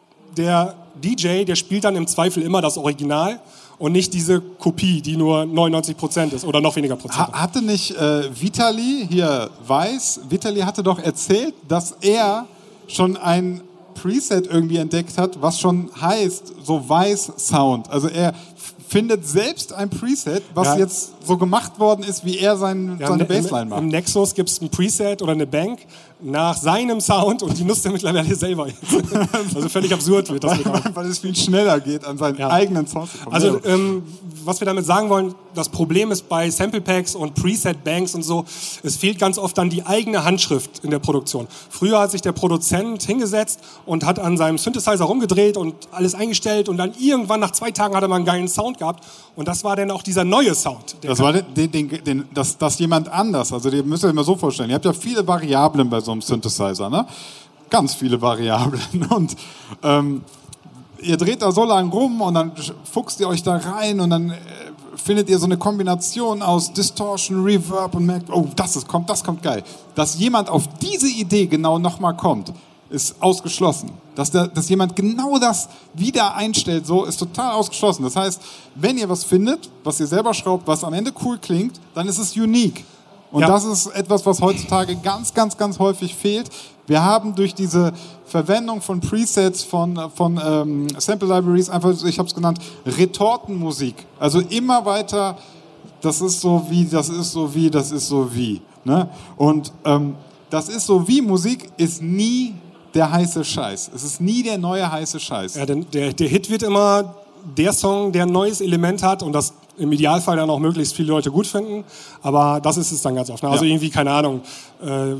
der D J, der spielt dann im Zweifel immer das Original und nicht diese Kopie, die nur neunundneunzig Prozent ist oder noch weniger Prozent. Ha- hatte nicht äh, Vitali, hier Weiß, Vitali hatte doch erzählt, dass er schon ein Preset irgendwie entdeckt hat, was schon heißt, so Weiß-Sound. Also er f- findet selbst ein Preset, was ja. jetzt so gemacht worden ist, wie er sein, ja, seine im, Bassline macht. Im Nexus gibt es ein Preset oder eine Bank, nach seinem Sound und die nutzt er mittlerweile selber jetzt. Also völlig absurd wird das. Weil, weil es viel schneller geht, an seinen ja. eigenen Sound zu kommen. Also ähm, was wir damit sagen wollen, das Problem ist bei Sample Packs und Preset Banks und so, es fehlt ganz oft dann die eigene Handschrift in der Produktion. Früher hat sich der Produzent hingesetzt und hat an seinem Synthesizer rumgedreht und alles eingestellt und dann irgendwann nach zwei Tagen hat er mal einen geilen Sound gehabt und das war dann auch dieser neue Sound. Das war den, den, den, das, das jemand anders, also ihr müsst euch mal so vorstellen, ihr habt ja viele Variablen bei so einem Synthesizer, ne? Ganz viele Variablen und ähm, ihr dreht da so lang rum und dann fuchst ihr euch da rein und dann äh, findet ihr so eine Kombination aus Distortion, Reverb und merkt, oh, das ist, kommt, das kommt geil. Dass jemand auf diese Idee genau nochmal kommt, ist ausgeschlossen. Dass, der, dass jemand genau das wieder einstellt, so ist total ausgeschlossen. Das heißt, wenn ihr was findet, was ihr selber schraubt, was am Ende cool klingt, dann ist es unique. Und ja. das ist etwas, was heutzutage ganz, ganz, ganz häufig fehlt. Wir haben durch diese Verwendung von Presets, von, von ähm, Sample Libraries, einfach, ich habe es genannt, Retortenmusik. Also immer weiter, das ist so wie, das ist so wie, das ist so wie. Ne? Und ähm, das ist so wie Musik ist nie der heiße Scheiß. Es ist nie der neue heiße Scheiß. Ja, denn der, der Hit wird immer der Song, der ein neues Element hat und das im Idealfall dann auch möglichst viele Leute gut finden, aber das ist es dann ganz oft. Ne? Also ja. irgendwie, keine Ahnung, äh,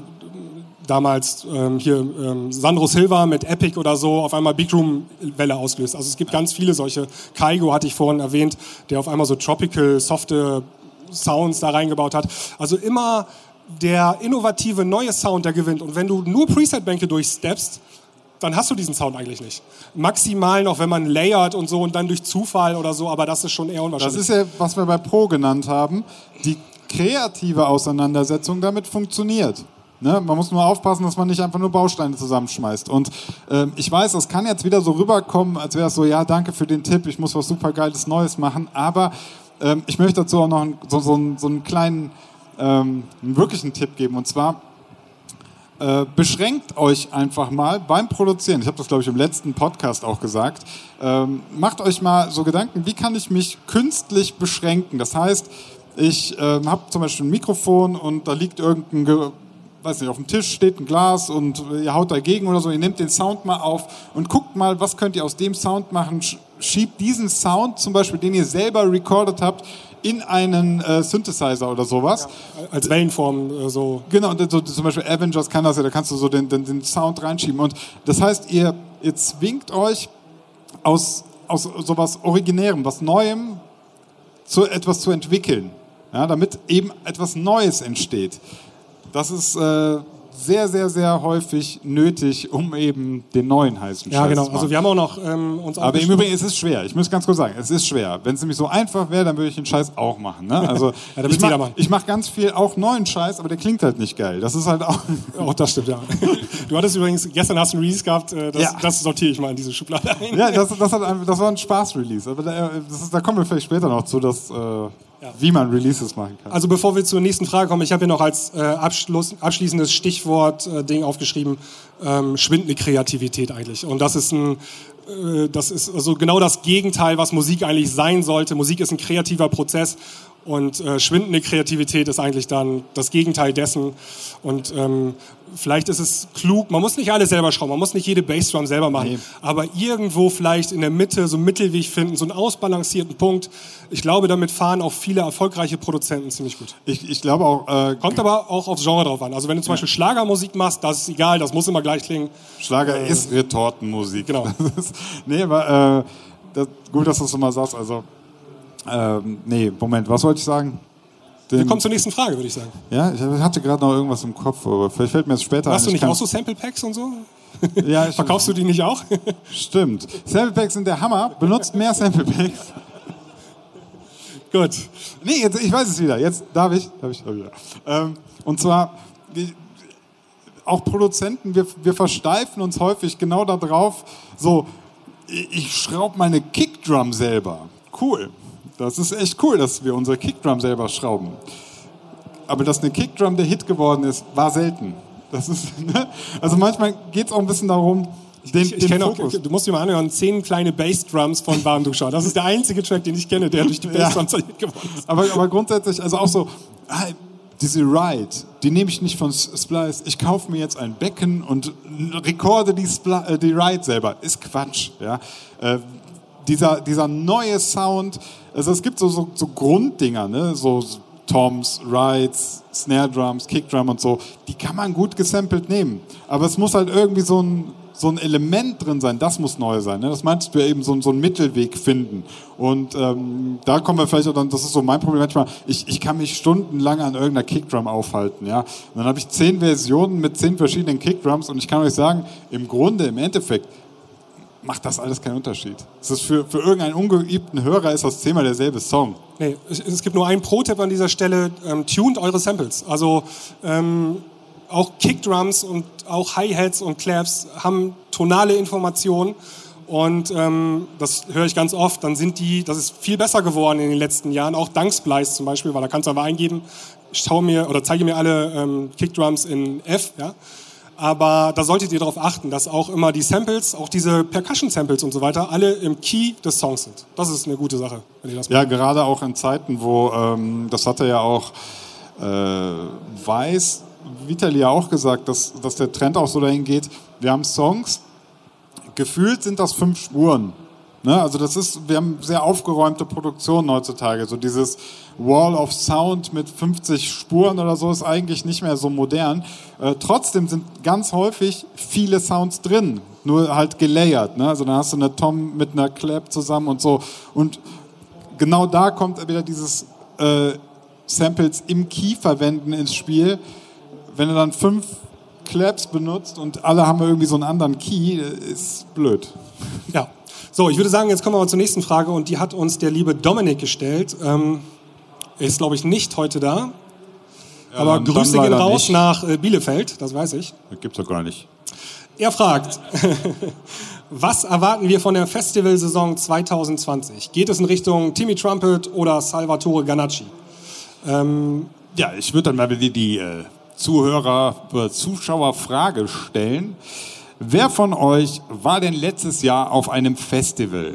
damals ähm, hier ähm, Sandro Silva mit Epic oder so auf einmal Big Room Welle ausgelöst. Also es gibt ganz viele solche, Kaigo hatte ich vorhin erwähnt, der auf einmal so tropical, softe Sounds da reingebaut hat. Also immer der innovative neue Sound, der gewinnt. Und wenn du nur Preset-Bänke durchsteppst, dann hast du diesen Sound eigentlich nicht. Maximal noch, wenn man layert und so und dann durch Zufall oder so, aber das ist schon eher unwahrscheinlich. Das ist ja, was wir bei Pro genannt haben. Die kreative Auseinandersetzung damit funktioniert. Ne? Man muss nur aufpassen, dass man nicht einfach nur Bausteine zusammenschmeißt. Und äh, ich weiß, das kann jetzt wieder so rüberkommen, als wäre es so, ja, danke für den Tipp, ich muss was super Geiles Neues machen, aber äh, ich möchte dazu auch noch einen, so, so, einen, so einen kleinen, ähm, einen wirklichen Tipp geben. Und zwar, Äh, beschränkt euch einfach mal beim Produzieren. Ich habe das, glaube ich, im letzten Podcast auch gesagt. Ähm, macht euch mal so Gedanken, wie kann ich mich künstlich beschränken? Das heißt, ich äh, habe zum Beispiel ein Mikrofon und da liegt irgendein, Ge- weiß nicht, auf dem Tisch steht ein Glas und ihr haut dagegen oder so. Ihr nehmt den Sound mal auf und guckt mal, was könnt ihr aus dem Sound machen. Schiebt diesen Sound, zum Beispiel, den ihr selber recorded habt, in einen äh, Synthesizer oder sowas. Ja, als Wellenform äh, so. Genau, so, zum Beispiel Avengers kann das ja, da kannst du so den, den, den Sound reinschieben. Und das heißt, ihr, ihr zwingt euch aus, aus sowas Originärem, was Neuem, zu etwas zu entwickeln, ja, damit eben etwas Neues entsteht. Das ist äh, sehr, sehr, sehr häufig nötig, um eben den neuen heißen Scheiß ja, genau. zu machen. Also wir haben auch noch ähm, uns auch Aber im Übrigen ist es schwer. Ich muss ganz kurz sagen, es ist schwer. Wenn es nämlich so einfach wäre, dann würde ich den Scheiß auch machen. Ne? Also ja, ich mache mach ganz viel auch neuen Scheiß, aber der klingt halt nicht geil. Das ist halt auch... Auch das stimmt, ja. Du hattest übrigens, gestern hast du einen Release gehabt, äh, das, ja. das sortiere ich mal in diese Schublade ein. Ja, das, das, hat, das war ein Spaß-Release. Aber da, das ist, da kommen wir vielleicht später noch zu, dass... Äh, Ja. Wie man Releases machen kann. Also bevor wir zur nächsten Frage kommen, ich habe hier noch als äh, Abschluss, abschließendes Stichwort äh, Ding aufgeschrieben, ähm, schwindende Kreativität eigentlich. Und das ist ein, äh, das ist also genau das Gegenteil, was Musik eigentlich sein sollte. Musik ist ein kreativer Prozess und äh, schwindende Kreativität ist eigentlich dann das Gegenteil dessen. Und ähm, vielleicht ist es klug, man muss nicht alles selber schrauben, man muss nicht jede Bassdrum selber machen, nee. aber irgendwo vielleicht in der Mitte so einen Mittelweg finden, so einen ausbalancierten Punkt. Ich glaube, damit fahren auch viele erfolgreiche Produzenten ziemlich gut. Ich, ich glaube auch... Äh, Kommt aber auch aufs Genre drauf an. Also wenn du zum ja. Beispiel Schlagermusik machst, das ist egal, das muss immer gleich klingen. Schlager äh, ist Retortenmusik. Genau. ist, nee, aber äh, das, gut, dass du es so mal sagst. Also, ähm, nee, Moment, was wollte ich sagen? Den, wir kommen zur nächsten Frage, würde ich sagen. Ja, ich hatte gerade noch irgendwas im Kopf, aber vielleicht fällt mir das später Hast ein. Hast du nicht auch so Sample Packs und so? Ja, verkaufst du die nicht auch? Stimmt. Sample Packs sind der Hammer. Benutzt mehr Sample Packs. Gut. Nee, jetzt, ich weiß es wieder. Jetzt darf ich. Darf ich, darf ich ähm, und zwar, die, auch Produzenten, wir, wir versteifen uns häufig genau darauf, so, ich schraube meine Kickdrum selber. Cool. Das ist echt cool, dass wir unsere Kickdrum selber schrauben. Aber dass eine Kickdrum der Hit geworden ist, war selten. Das ist, ne? Also manchmal geht es auch ein bisschen darum, den, ich, ich den auch, du musst dir mal anhören, zehn kleine Bassdrums von Warmduscher. Das ist der einzige Track, den ich kenne, der durch die Bassdrums ja. Hit geworden ist. Aber, aber grundsätzlich, also auch so, diese Ride, die nehme ich nicht von Splice. Ich kaufe mir jetzt ein Becken und rekorde die, Spli- äh, die Ride selber. Ist Quatsch. Ja? Äh, dieser, dieser neue Sound, also es gibt so, so, so Grunddinger, ne? so Toms, Rides, Snare Drums, Kick Drum und so, die kann man gut gesampelt nehmen. Aber es muss halt irgendwie so ein, so ein Element drin sein, das muss neu sein. Ne? Das meinst du ja eben, so, so einen Mittelweg finden. Und ähm, da kommen wir vielleicht auch dann, das ist so mein Problem manchmal, ich, ich kann mich stundenlang an irgendeiner Kickdrum aufhalten. Ja? Und dann habe ich zehn Versionen mit zehn verschiedenen Kickdrums und ich kann euch sagen, im Grunde, im Endeffekt, macht das alles keinen Unterschied. Es ist für, für irgendeinen ungeübten Hörer ist das Thema derselbe Song. Nee, es, es gibt nur einen Pro-Tipp an dieser Stelle, ähm, tuned eure Samples. Also ähm, auch Kickdrums und auch Hi-Hats und Claps haben tonale Informationen und ähm, das höre ich ganz oft, dann sind die, das ist viel besser geworden in den letzten Jahren, auch dank Splice zum Beispiel, weil da kannst du einfach eingeben, schau mir oder zeige mir alle ähm, Kickdrums in F, ja. Aber da solltet ihr darauf achten, dass auch immer die Samples, auch diese Percussion-Samples und so weiter, alle im Key des Songs sind. Das ist eine gute Sache, wenn ihr das macht. Ja, gerade auch in Zeiten, wo, ähm, das hatte ja auch äh, Weiß, Vitali ja auch gesagt, dass, dass der Trend auch so dahin geht, wir haben Songs, gefühlt sind das fünf Spuren. Ne? Also das ist, wir haben sehr aufgeräumte Produktionen heutzutage. So dieses Wall of Sound mit fünfzig Spuren oder so ist eigentlich nicht mehr so modern. Äh, trotzdem sind ganz häufig viele Sounds drin, nur halt gelayert. Ne? Also dann hast du eine Tom mit einer Clap zusammen und so. Und genau da kommt wieder dieses äh, Samples im Key verwenden ins Spiel. Wenn du dann fünf Claps benutzt und alle haben irgendwie so einen anderen Key, ist blöd. Ja. So, ich würde sagen, jetzt kommen wir mal zur nächsten Frage und die hat uns der liebe Dominik gestellt. Ähm, er ist, glaube ich, nicht heute da, ja, aber dann, Grüße dann gehen raus nicht. Nach äh, Bielefeld, das weiß ich. Das gibt's doch gar nicht. Er fragt, was erwarten wir von der Festivalsaison zwanzig zwanzig? Geht es in Richtung Timmy Trumpet oder Salvatore Ganacci? Ähm, ja, ich würde dann mal die, die äh, Zuhörer, äh, Zuschauerfrage stellen. Wer von euch war denn letztes Jahr auf einem Festival?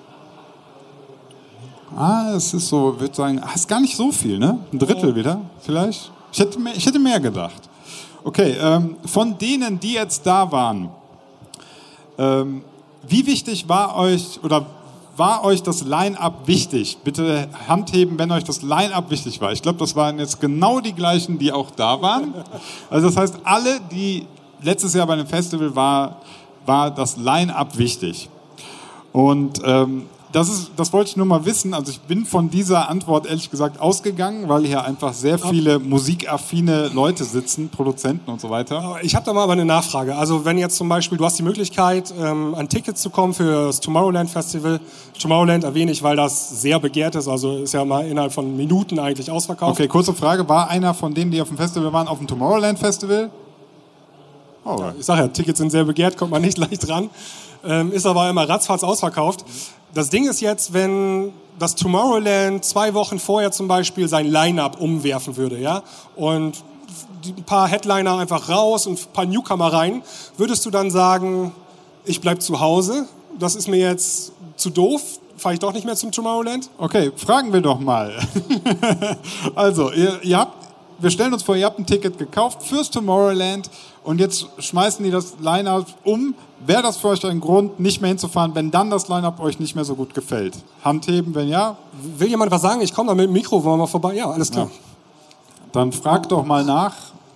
Ah, es ist so, ich würde sagen, ist gar nicht so viel, ne? Ein Drittel wieder, vielleicht? Ich hätte mehr, ich hätte mehr gedacht. Okay, ähm, von denen, die jetzt da waren, ähm, wie wichtig war euch, oder war euch das Line-Up wichtig? Bitte Hand heben, wenn euch das Line-Up wichtig war. Ich glaube, das waren jetzt genau die gleichen, die auch da waren. Also das heißt, alle, die letztes Jahr bei einem Festival war, war das Line-Up wichtig. Und ähm, das, ist, das wollte ich nur mal wissen. Also ich bin von dieser Antwort ehrlich gesagt ausgegangen, weil hier einfach sehr viele musikaffine Leute sitzen, Produzenten und so weiter. Ich habe da mal aber eine Nachfrage. Also wenn jetzt zum Beispiel, du hast die Möglichkeit, ähm, an Tickets zu kommen für das Tomorrowland Festival. Tomorrowland erwähne ich, weil das sehr begehrt ist. Also ist ja mal innerhalb von Minuten eigentlich ausverkauft. Okay, kurze Frage. War einer von denen, die auf dem Festival waren, auf dem Tomorrowland Festival? Oh. Ja, ich sage ja, Tickets sind sehr begehrt, kommt man nicht leicht ran. Ähm, ist aber immer ratzfatz ausverkauft. Das Ding ist jetzt, wenn das Tomorrowland zwei Wochen vorher zum Beispiel sein Line-Up umwerfen würde, ja, und ein paar Headliner einfach raus und ein paar Newcomer rein, würdest du dann sagen, ich bleib zu Hause, das ist mir jetzt zu doof, fahre ich doch nicht mehr zum Tomorrowland? Okay, fragen wir doch mal. Also, ihr, ihr habt, wir stellen uns vor, ihr habt ein Ticket gekauft fürs Tomorrowland und jetzt schmeißen die das Line-Up um. Wäre das für euch ein Grund, nicht mehr hinzufahren, wenn dann das Line-Up euch nicht mehr so gut gefällt? Handheben, wenn ja? Will jemand was sagen? Ich komme da mit dem Mikro, wollen wir mal vorbei? Ja, alles klar. Ja. Dann frag doch mal nach.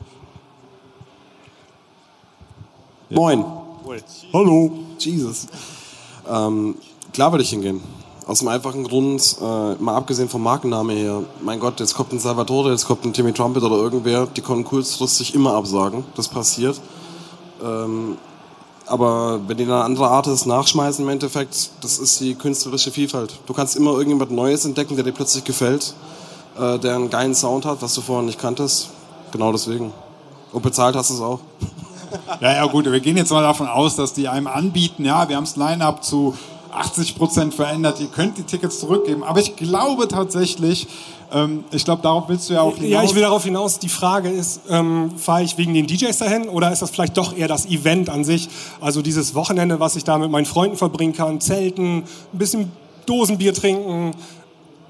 Ja. Moin. Hallo. Jesus. Ähm, klar würde ich hingehen. Aus dem einfachen Grund, äh, mal abgesehen vom Markenname her, mein Gott, jetzt kommt ein Salvatore, jetzt kommt ein Timmy Trumpet oder irgendwer, die können kurzfristig immer absagen. Das passiert. Ähm, Aber wenn die dann andere Artists nachschmeißen im Endeffekt, das ist die künstlerische Vielfalt. Du kannst immer irgendjemand Neues entdecken, der dir plötzlich gefällt, äh, der einen geilen Sound hat, was du vorher nicht kanntest. Genau deswegen. Und bezahlt hast du es auch. Ja, ja gut, wir gehen jetzt mal davon aus, dass die einem anbieten, ja, wir haben das Line-Up zu achtzig Prozent verändert, ihr könnt die Tickets zurückgeben. Aber ich glaube tatsächlich, ähm, ich glaube, darauf willst du ja auch hinaus. Ja, ich will darauf hinaus. Die Frage ist, ähm, fahre ich wegen den D Js dahin oder ist das vielleicht doch eher das Event an sich? Also dieses Wochenende, was ich da mit meinen Freunden verbringen kann, zelten, ein bisschen Dosenbier trinken,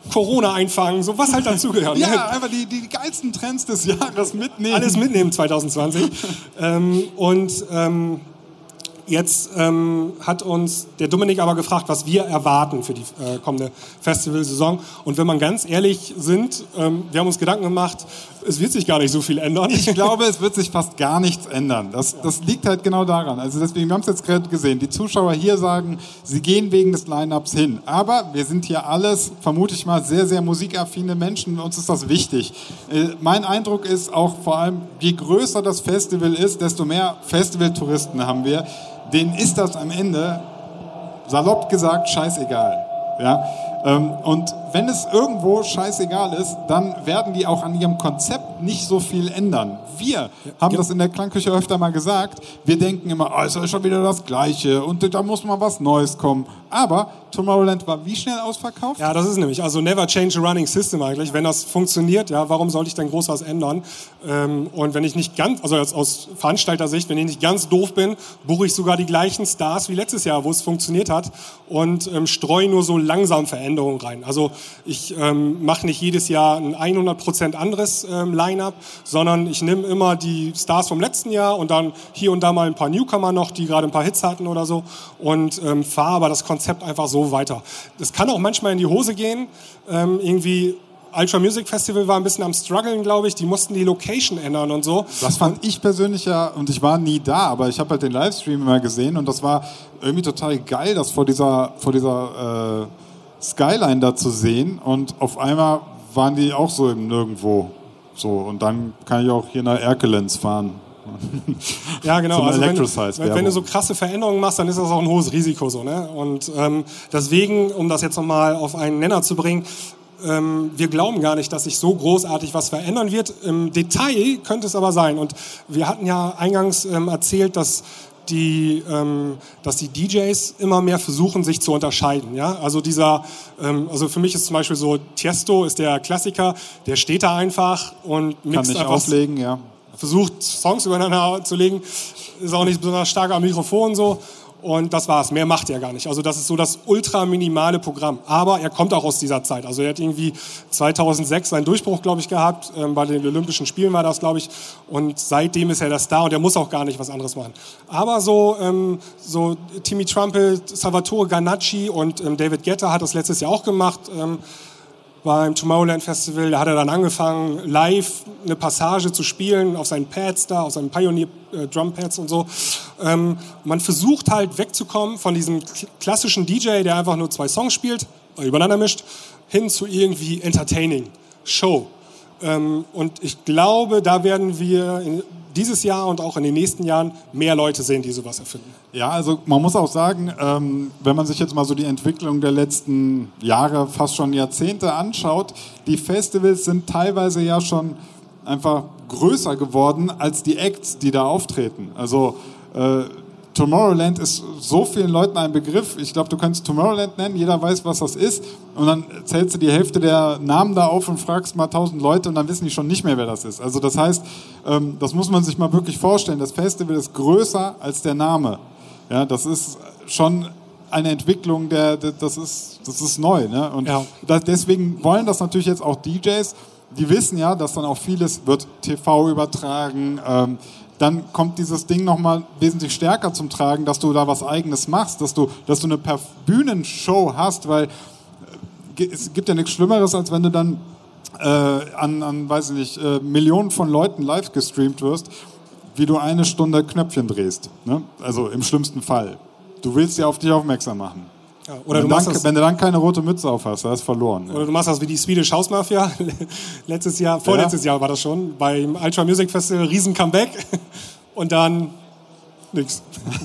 Corona einfangen, so was halt dazugehört. Ja, ne? einfach die, die geilsten Trends des Jahres mitnehmen. Alles mitnehmen zwanzig zwanzig. ähm, und ähm, jetzt ähm, hat uns der Dominik aber gefragt, was wir erwarten für die äh, kommende Festivalsaison. Und wenn man ganz ehrlich sind, ähm, wir haben uns Gedanken gemacht, es wird sich gar nicht so viel ändern. Ich glaube, es wird sich fast gar nichts ändern. Das, das liegt halt genau daran. Also deswegen, wir haben es jetzt gerade gesehen, die Zuschauer hier sagen, sie gehen wegen des Line-Ups hin. Aber wir sind hier alles, vermute ich mal, sehr, sehr musikaffine Menschen. Uns ist das wichtig. Äh, mein Eindruck ist auch vor allem, je größer das Festival ist, desto mehr Festivaltouristen haben wir. Denen ist das am Ende, salopp gesagt, scheißegal. Ja? Ähm, und wenn es irgendwo scheißegal ist, dann werden die auch an ihrem Konzept nicht so viel ändern. Wir haben das in der Klangküche öfter mal gesagt. Wir denken immer, oh, es ist schon wieder das Gleiche und da muss mal was Neues kommen. Aber Tomorrowland war wie schnell ausverkauft? Ja, das ist nämlich, also never change a running system eigentlich. Wenn das funktioniert, ja, warum sollte ich denn groß was ändern? Ähm, und wenn ich nicht ganz, also aus, aus Veranstalter-Sicht, wenn ich nicht ganz doof bin, buche ich sogar die gleichen Stars wie letztes Jahr, wo es funktioniert hat und ähm, streue nur so langsam Veränderungen rein. Also ich ähm, mache nicht jedes Jahr ein hundert Prozent anderes ähm, Line-Up, sondern ich nehme immer die Stars vom letzten Jahr und dann hier und da mal ein paar Newcomer noch, die gerade ein paar Hits hatten oder so und ähm, fahre aber das Konzept einfach so weiter. Das kann auch manchmal in die Hose gehen. Ähm, irgendwie Ultra Music Festival war ein bisschen am struggeln, glaube ich. Die mussten die Location ändern und so. Das fand ich persönlich ja, und ich war nie da, aber ich habe halt den Livestream immer gesehen und das war irgendwie total geil, das vor dieser, vor dieser äh, Skyline da zu sehen und auf einmal waren die auch so im Nirgendwo. So, und dann kann ich auch hier nach Erkelenz fahren. Ja, genau. Also wenn, wenn, wenn du so krasse Veränderungen machst, dann ist das auch ein hohes Risiko. So, ne? Und ähm, deswegen, um das jetzt nochmal auf einen Nenner zu bringen, ähm, wir glauben gar nicht, dass sich so großartig was verändern wird. Im Detail könnte es aber sein. Und wir hatten ja eingangs ähm, erzählt, dass die, ähm, dass die D Js immer mehr versuchen, sich zu unterscheiden. Ja? Also dieser, ähm, also für mich ist zum Beispiel so, Tiesto ist der Klassiker, der steht da einfach und mixt kann nicht einfach, auflegen, ja. versucht Songs übereinander zu legen, ist auch nicht besonders stark am Mikrofon so. Und das war's. Mehr macht er gar nicht. Also das ist so das ultra minimale Programm. Aber er kommt auch aus dieser Zeit. Also er hat irgendwie zweitausendsechs seinen Durchbruch, glaube ich, gehabt. Ähm, bei den Olympischen Spielen war das, glaube ich. Und seitdem ist er das da und er muss auch gar nicht was anderes machen. Aber so, ähm, so Timmy Trumpet, Salvatore Ganacci und ähm, David Guetta hat das letztes Jahr auch gemacht. Ähm, beim Tomorrowland Festival, da hat er dann angefangen, live eine Passage zu spielen auf seinen Pads da, auf seinen Pioneer äh, Drum Pads und so. Ähm, man versucht halt wegzukommen von diesem klassischen D J, der einfach nur zwei Songs spielt, äh, übereinander mischt, hin zu irgendwie Entertaining, Show. Ähm, und ich glaube, da werden wir in, dieses Jahr und auch in den nächsten Jahren mehr Leute sehen, die sowas erfinden. Ja, also man muss auch sagen, ähm, wenn man sich jetzt mal so die Entwicklung der letzten Jahre, fast schon Jahrzehnte anschaut, die Festivals sind teilweise ja schon einfach größer geworden als die Acts, die da auftreten. Also äh, Tomorrowland ist so vielen Leuten ein Begriff. Ich glaube, du kannst Tomorrowland nennen, jeder weiß, was das ist. Und dann zählst du die Hälfte der Namen da auf und fragst mal tausend Leute und dann wissen die schon nicht mehr, wer das ist. Also das heißt, ähm, das muss man sich mal wirklich vorstellen. Das Festival ist größer als der Name. Ja, das ist schon eine Entwicklung, der, der das ist, das ist neu. Ne? Und ja. das, deswegen wollen das natürlich jetzt auch D Js. Die wissen ja, dass dann auch vieles wird T V übertragen. Ähm, dann kommt dieses Ding nochmal wesentlich stärker zum Tragen, dass du da was Eigenes machst, dass du, dass du eine Bühnenshow hast, weil es gibt ja nichts Schlimmeres, als wenn du dann äh, an, an, weiß ich nicht, äh, Millionen von Leuten live gestreamt wirst, wie du eine Stunde Knöpfchen drehst. Ne? Also im schlimmsten Fall. Du willst ja auf dich aufmerksam machen. Ja, oder wenn, du dann, das, wenn du dann keine rote Mütze auf hast, hast du verloren. Oder du machst das wie die Swedish House Mafia. Letztes Jahr, vorletztes ja. Jahr war das schon, beim Ultra Music Festival, riesen Comeback. Und dann nix.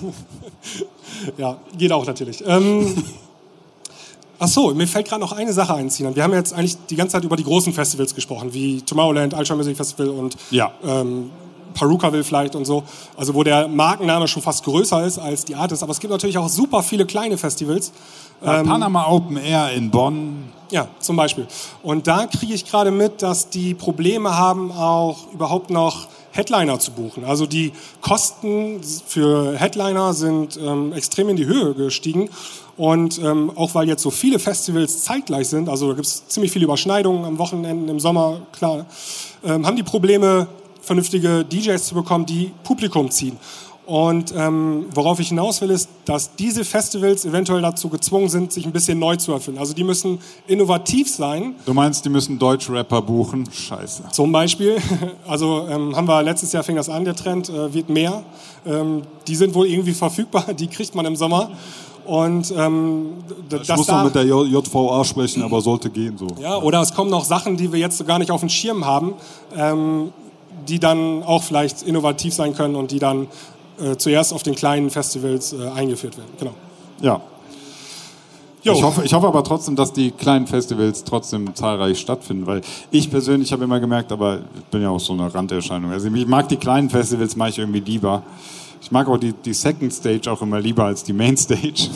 Ja, geht auch natürlich. Ähm, ach so, mir fällt gerade noch eine Sache ein, Sinan. Wir haben jetzt eigentlich die ganze Zeit über die großen Festivals gesprochen, wie Tomorrowland, Ultra Music Festival und ja. ähm, Perukaville vielleicht und so, also wo der Markenname schon fast größer ist als die Artists, aber es gibt natürlich auch super viele kleine Festivals. Ja, ähm, Panama Open Air in Bonn. Ja, zum Beispiel. Und da kriege ich gerade mit, dass die Probleme haben, auch überhaupt noch Headliner zu buchen. Also die Kosten für Headliner sind ähm, extrem in die Höhe gestiegen. Und ähm, auch weil jetzt so viele Festivals zeitgleich sind, also da gibt es ziemlich viele Überschneidungen am Wochenende, im Sommer, klar, ähm, haben die Probleme, vernünftige D Js zu bekommen, die Publikum ziehen. Und ähm, worauf ich hinaus will, ist, dass diese Festivals eventuell dazu gezwungen sind, sich ein bisschen neu zu erfinden. Also die müssen innovativ sein. Du meinst, die müssen Deutschrapper buchen? Scheiße. Zum Beispiel. Also ähm, haben wir letztes Jahr fing das an, der Trend, äh, wird mehr. Ähm, die sind wohl irgendwie verfügbar, die kriegt man im Sommer. Und ähm, ich das muss da, noch mit der J V A sprechen, aber sollte gehen so. Ja, oder es kommen noch Sachen, die wir jetzt so gar nicht auf dem Schirm haben, ähm, die dann auch vielleicht innovativ sein können und die dann Äh, zuerst auf den kleinen Festivals äh, eingeführt werden. Genau. Ja. Ich hoffe, ich hoffe aber trotzdem, dass die kleinen Festivals trotzdem zahlreich stattfinden, weil ich persönlich habe immer gemerkt, aber ich bin ja auch so eine Randerscheinung. Also ich mag die kleinen Festivals, mag ich irgendwie lieber. Ich mag auch die, die Second Stage auch immer lieber als die Main Stage.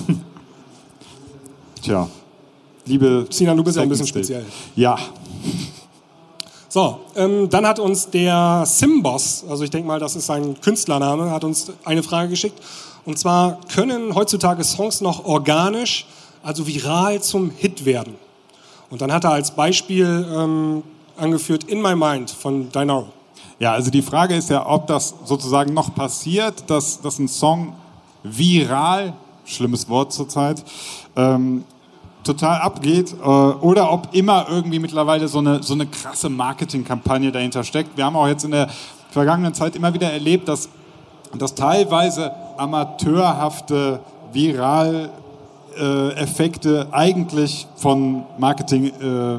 Tja. Liebe Sinan, du bist ja ein bisschen Stage. speziell. Ja. So, ähm, dann hat uns der Simboss, also ich denke mal, das ist sein Künstlername, hat uns eine Frage geschickt. Und zwar, können heutzutage Songs noch organisch, also viral zum Hit werden? Und dann hat er als Beispiel ähm, angeführt In My Mind von Dinaro. Ja, also die Frage ist ja, ob das sozusagen noch passiert, dass, dass ein Song viral, schlimmes Wort zurzeit, ähm, total abgeht äh, oder ob immer irgendwie mittlerweile so eine, so eine krasse Marketingkampagne dahinter steckt. Wir haben auch jetzt in der vergangenen Zeit immer wieder erlebt, dass, dass teilweise amateurhafte Viral-Effekte äh, eigentlich von Marketing, äh,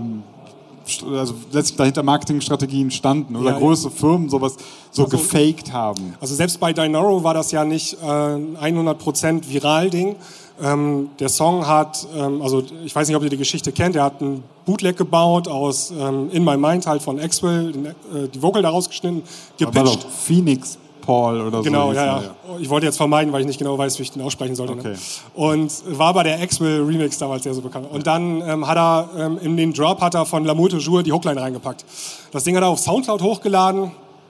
also letztlich dahinter Marketingstrategien standen oder ja, große ja. Firmen sowas so also, gefaked haben. Also selbst bei Dinaro war das ja nicht äh, ein hundert Prozent Viral-Ding. Ähm, der Song hat, ähm, also ich weiß nicht, ob ihr die Geschichte kennt, er hat einen Bootleg gebaut aus ähm, In My Mind halt von Axwell, den, äh, die Vocal da rausgeschnitten, gepitcht. Aber doch Phoenix Paul oder genau, so. Genau, ja, ja. Ich wollte jetzt vermeiden, weil ich nicht genau weiß, wie ich den aussprechen sollte. Okay. Ne? Und war aber der Axwell Remix damals sehr so bekannt. Und dann ähm, hat er ähm, in den Drop hat er von L'amour toujours die Hookline reingepackt. Das Ding hat er auf Soundcloud hochgeladen.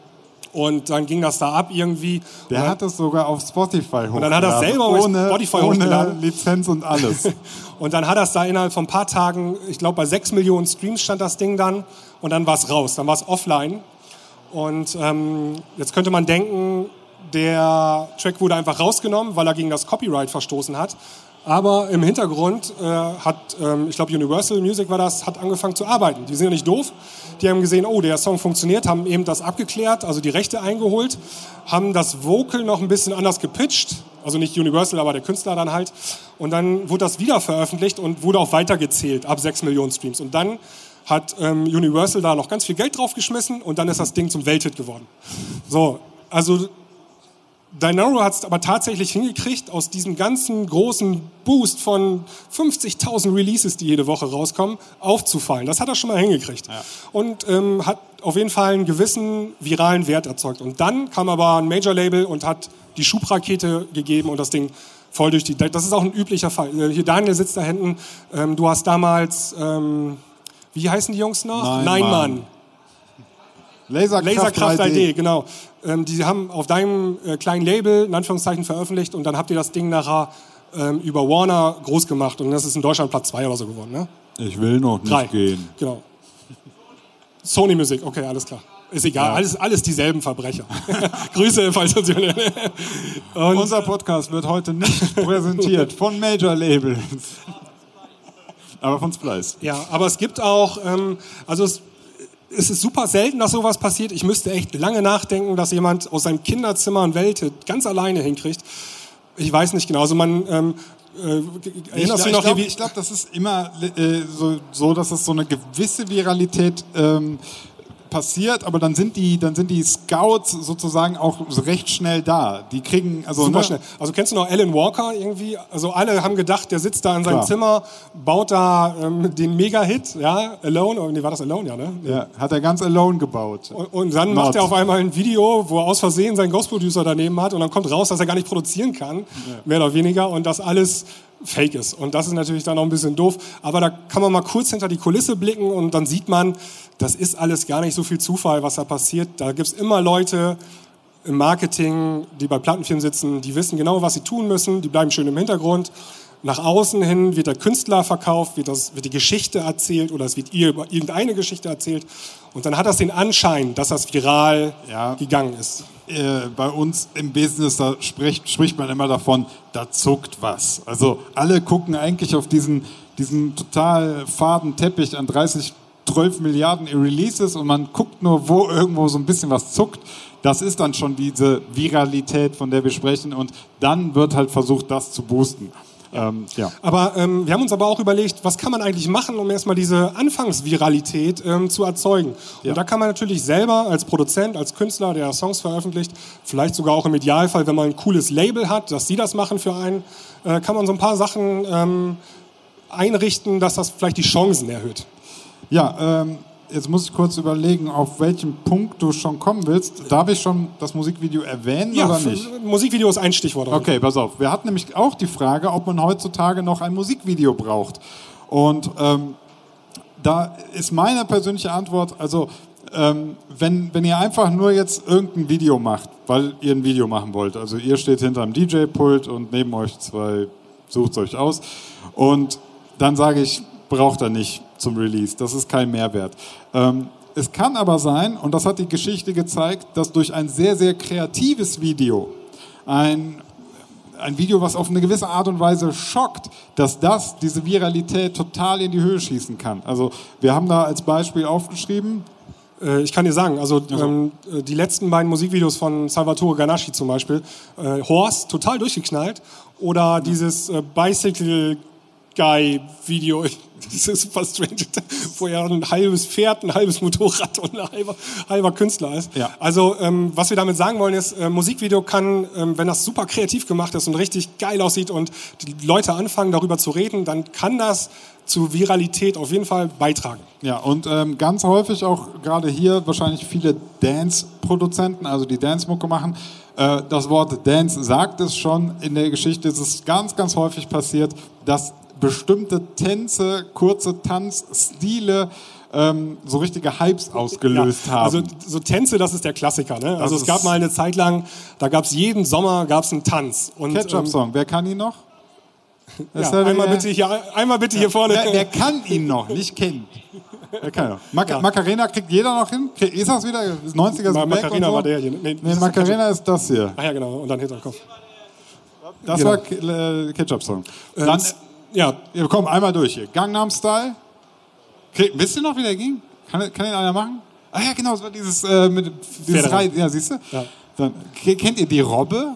Und dann ging das da ab irgendwie. Der dann, hat es sogar auf Spotify hochgeladen. Und dann hat er es selber auf Spotify ohne hochgeladen. Lizenz und alles. Und dann hat er es da innerhalb von ein paar Tagen, ich glaube bei sechs Millionen Streams stand das Ding dann. Und dann war es raus, dann war es offline. Und ähm, jetzt könnte man denken, der Track wurde einfach rausgenommen, weil er gegen das Copyright verstoßen hat. Aber im Hintergrund äh, hat, ähm, ich glaube Universal Music war das, hat angefangen zu arbeiten. Die sind ja nicht doof. Die haben gesehen, oh, der Song funktioniert, haben eben das abgeklärt, also die Rechte eingeholt, haben das Vocal noch ein bisschen anders gepitcht, also nicht Universal, aber der Künstler dann halt. Und dann wurde das wieder veröffentlicht und wurde auch weitergezählt, ab sechs Millionen Streams. Und dann hat ähm, Universal da noch ganz viel Geld draufgeschmissen und dann ist das Ding zum Welthit geworden. So, also Dinaro hat es aber tatsächlich hingekriegt, aus diesem ganzen großen Boost von fünfzigtausend Releases, die jede Woche rauskommen, aufzufallen. Das hat er schon mal hingekriegt. Ja. Und ähm, hat auf jeden Fall einen gewissen viralen Wert erzeugt. Und dann kam aber ein Major-Label und hat die Schubrakete gegeben und das Ding voll durch die... Das ist auch ein üblicher Fall. Hier Daniel sitzt da hinten. Ähm, du hast damals... Ähm, wie heißen die Jungs noch? Nein, Nein Mann. Mann. Laserkraft, Laserkraft drei D. drei D, genau. Ähm, die haben auf deinem äh, kleinen Label, in Anführungszeichen, veröffentlicht und dann habt ihr das Ding nachher ähm, über Warner groß gemacht und das ist in Deutschland Platz zwei oder so geworden, ne? Ich will noch nicht Drei. gehen. Genau. Sony Music, okay, alles klar. Ist egal, ja. alles, alles dieselben Verbrecher. Grüße, falls das und unser Podcast wird heute nicht präsentiert von Major Labels, aber von Splice. Ja, aber es gibt auch, ähm, also es Es ist super selten, dass sowas passiert. Ich müsste echt lange nachdenken, dass jemand aus seinem Kinderzimmer ein Welthit ganz alleine hinkriegt. Ich weiß nicht genau. Also man ähm, äh, erinnerst ich, du noch? Ich glaube, glaub, das ist immer äh, so, so, dass es so eine gewisse Viralität ähm, passiert, aber dann sind die, dann sind die Scouts sozusagen auch recht schnell da. Die kriegen also super ne? schnell. Also kennst du noch Alan Walker irgendwie? Also alle haben gedacht, der sitzt da in seinem Klar. Zimmer, baut da ähm, den Mega-Hit, ja, Alone. Oh, nee, war das Alone, ja, ne? Ja, hat er ganz Alone gebaut. Und, und dann Not. macht er auf einmal ein Video, wo er aus Versehen seinen Ghost-Producer daneben hat und dann kommt raus, dass er gar nicht produzieren kann, ja. mehr oder weniger, und das alles fake ist. Und das ist natürlich dann auch ein bisschen doof. Aber da kann man mal kurz hinter die Kulisse blicken und dann sieht man, das ist alles gar nicht so viel Zufall, was da passiert. Da gibt es immer Leute im Marketing, die bei Plattenfirmen sitzen, die wissen genau, was sie tun müssen, die bleiben schön im Hintergrund. Nach außen hin wird der Künstler verkauft, wird, das, wird die Geschichte erzählt oder es wird ihr über irgendeine Geschichte erzählt. Und dann hat das den Anschein, dass das viral ja. gegangen ist. Äh, bei uns im Business, da spricht, spricht man immer davon, da zuckt was. Also alle gucken eigentlich auf diesen, diesen total faden Teppich an dreißig, zwölf Milliarden Releases und man guckt nur, wo irgendwo so ein bisschen was zuckt. Das ist dann schon diese Viralität, von der wir sprechen, und dann wird halt versucht, das zu boosten. Ähm, ja. Aber ähm, wir haben uns aber auch überlegt, was kann man eigentlich machen, um erstmal diese Anfangsviralität ähm, zu erzeugen. Ja. Und da kann man natürlich selber als Produzent, als Künstler, der Songs veröffentlicht, vielleicht sogar auch im Idealfall, wenn man ein cooles Label hat, dass sie das machen für einen, äh, kann man so ein paar Sachen ähm, einrichten, dass das vielleicht die Chancen erhöht. Ja, ähm, jetzt muss ich kurz überlegen, auf welchen Punkt du schon kommen willst. Darf ich schon das Musikvideo erwähnen ja, oder nicht? Musikvideo ist ein Stichwort. Okay, pass auf. Wir hatten nämlich auch die Frage, ob man heutzutage noch ein Musikvideo braucht. Und ähm, da ist meine persönliche Antwort, also ähm, wenn, wenn ihr einfach nur jetzt irgendein Video macht, weil ihr ein Video machen wollt, also ihr steht hinter einem D J-Pult und neben euch zwei, sucht es euch aus, und dann sage ich, braucht er nicht zum Release. Das ist kein Mehrwert. Ähm, es kann aber sein, und das hat die Geschichte gezeigt, dass durch ein sehr, sehr kreatives Video, ein, ein Video, was auf eine gewisse Art und Weise schockt, dass das diese Viralität total in die Höhe schießen kann. Also wir haben da als Beispiel aufgeschrieben, ich kann dir sagen, also ähm, die letzten beiden Musikvideos von Salvatore Ganasci zum Beispiel, äh, Horse, total durchgeknallt, oder dieses äh, Bicycle Guy-Video, das ist super strange, wo er ein halbes Pferd, ein halbes Motorrad und ein halber, halber Künstler ist. Ja. Also ähm, was wir damit sagen wollen ist, äh, Musikvideo kann, ähm, wenn das super kreativ gemacht ist und richtig geil aussieht und die Leute anfangen darüber zu reden, dann kann das zu Viralität auf jeden Fall beitragen. Ja, und ähm, ganz häufig auch gerade hier wahrscheinlich viele Dance-Produzenten, also die Dance-Mucke machen. Äh, das Wort Dance sagt es schon, in der Geschichte ist es ganz, ganz häufig passiert, dass bestimmte Tänze, kurze Tanzstile ähm, so richtige Hypes ausgelöst ja, haben. Also so Tänze, das ist der Klassiker. Ne? Also es gab mal eine Zeit lang, da gab es jeden Sommer gab's einen Tanz. Ketchup-Song, ähm, wer kann ihn noch? Ja, einmal, bitte hier, einmal bitte hier vorne. Wer, wer kann ihn noch, nicht kennen? Wer kann noch? Mac ja. Macarena kriegt jeder noch hin? Ist das wieder? Das neunziger Ma Macarena so? War der hier. Nee, nee Macarena ist das hier. Ah ja, genau. Und dann hinter den Kopf. Das genau. war äh, Ketchup-Song. Ähm, dann, ja. Wir kommen einmal durch hier. Gangnam Style. Krieg, wisst ihr noch, wie der ging? Kann, kann den einer machen? Ah ja, genau, das war dieses, äh, mit, dieses Reit. Ja, siehst du? Ja. Dann, kennt ihr die Robbe?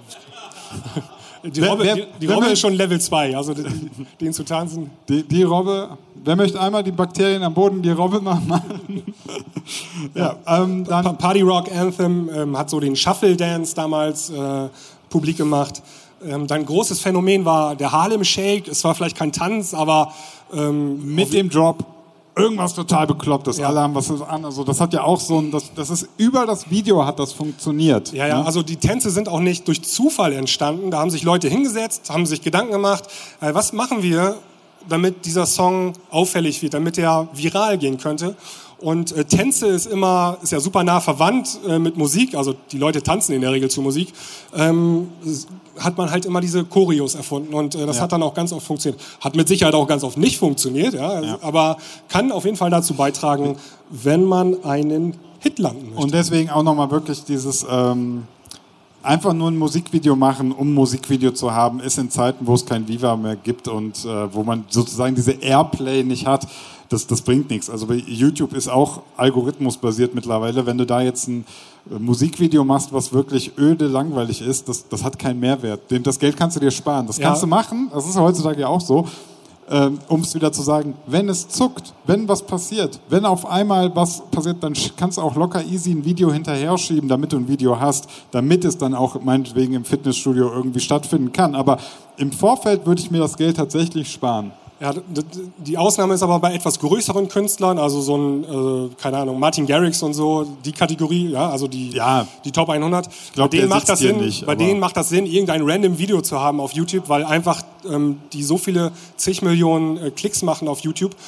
Die Robbe, wer, die, die Robbe ist schon Level zwei, also den, den zu tanzen. Die, die Robbe, wer möchte einmal die Bakterien am Boden, die Robbe machen? ja, ähm, dann Party Rock Anthem ähm, hat so den Shuffle Dance damals äh, publik gemacht. Ähm, dann großes Phänomen war der Harlem Shake. Es war vielleicht kein Tanz, aber ähm, mit dem Drop irgendwas total Beklopptes. Ja. Alle haben was an. Also das hat ja auch so ein, das, das ist über das Video hat das funktioniert. Ja, ja. Ne? Also die Tänze sind auch nicht durch Zufall entstanden. Da haben sich Leute hingesetzt, haben sich Gedanken gemacht, äh, was machen wir, damit dieser Song auffällig wird, damit er viral gehen könnte. Und äh, Tänze ist immer, ist ja super nah verwandt äh, mit Musik, also die Leute tanzen in der Regel zu Musik, ähm, hat man halt immer diese Choreos erfunden und äh, das ja. hat dann auch ganz oft funktioniert. Hat mit Sicherheit auch ganz oft nicht funktioniert, ja, ja. aber kann auf jeden Fall dazu beitragen, wenn man einen Hit landen möchte. Und deswegen auch nochmal wirklich dieses... Ähm Einfach nur ein Musikvideo machen, um ein Musikvideo zu haben, ist in Zeiten, wo es kein Viva mehr gibt und äh, wo man sozusagen diese Airplay nicht hat, das, das bringt nichts. Also bei YouTube ist auch algorithmusbasiert mittlerweile. Wenn du da jetzt ein äh, Musikvideo machst, was wirklich öde langweilig ist, das, das hat keinen Mehrwert. Das Geld kannst du dir sparen. Das ja. kannst du machen, das ist heutzutage ja auch so. Ähm, um es wieder zu sagen, wenn es zuckt, wenn was passiert, wenn auf einmal was passiert, dann kannst du auch locker easy ein Video hinterher schieben, damit du ein Video hast, damit es dann auch meinetwegen im Fitnessstudio irgendwie stattfinden kann. Aber im Vorfeld würde ich mir das Geld tatsächlich sparen. Ja, die Ausnahme ist aber bei etwas größeren Künstlern, also so ein, äh, keine Ahnung, Martin Garrix und so, die Kategorie, ja, also die, ja. die Top hundert. Ich glaub, bei denen macht das Sinn, nicht, bei denen macht das Sinn, irgendein random Video zu haben auf YouTube, weil einfach ähm, die so viele zig Millionen äh, Klicks machen auf YouTube.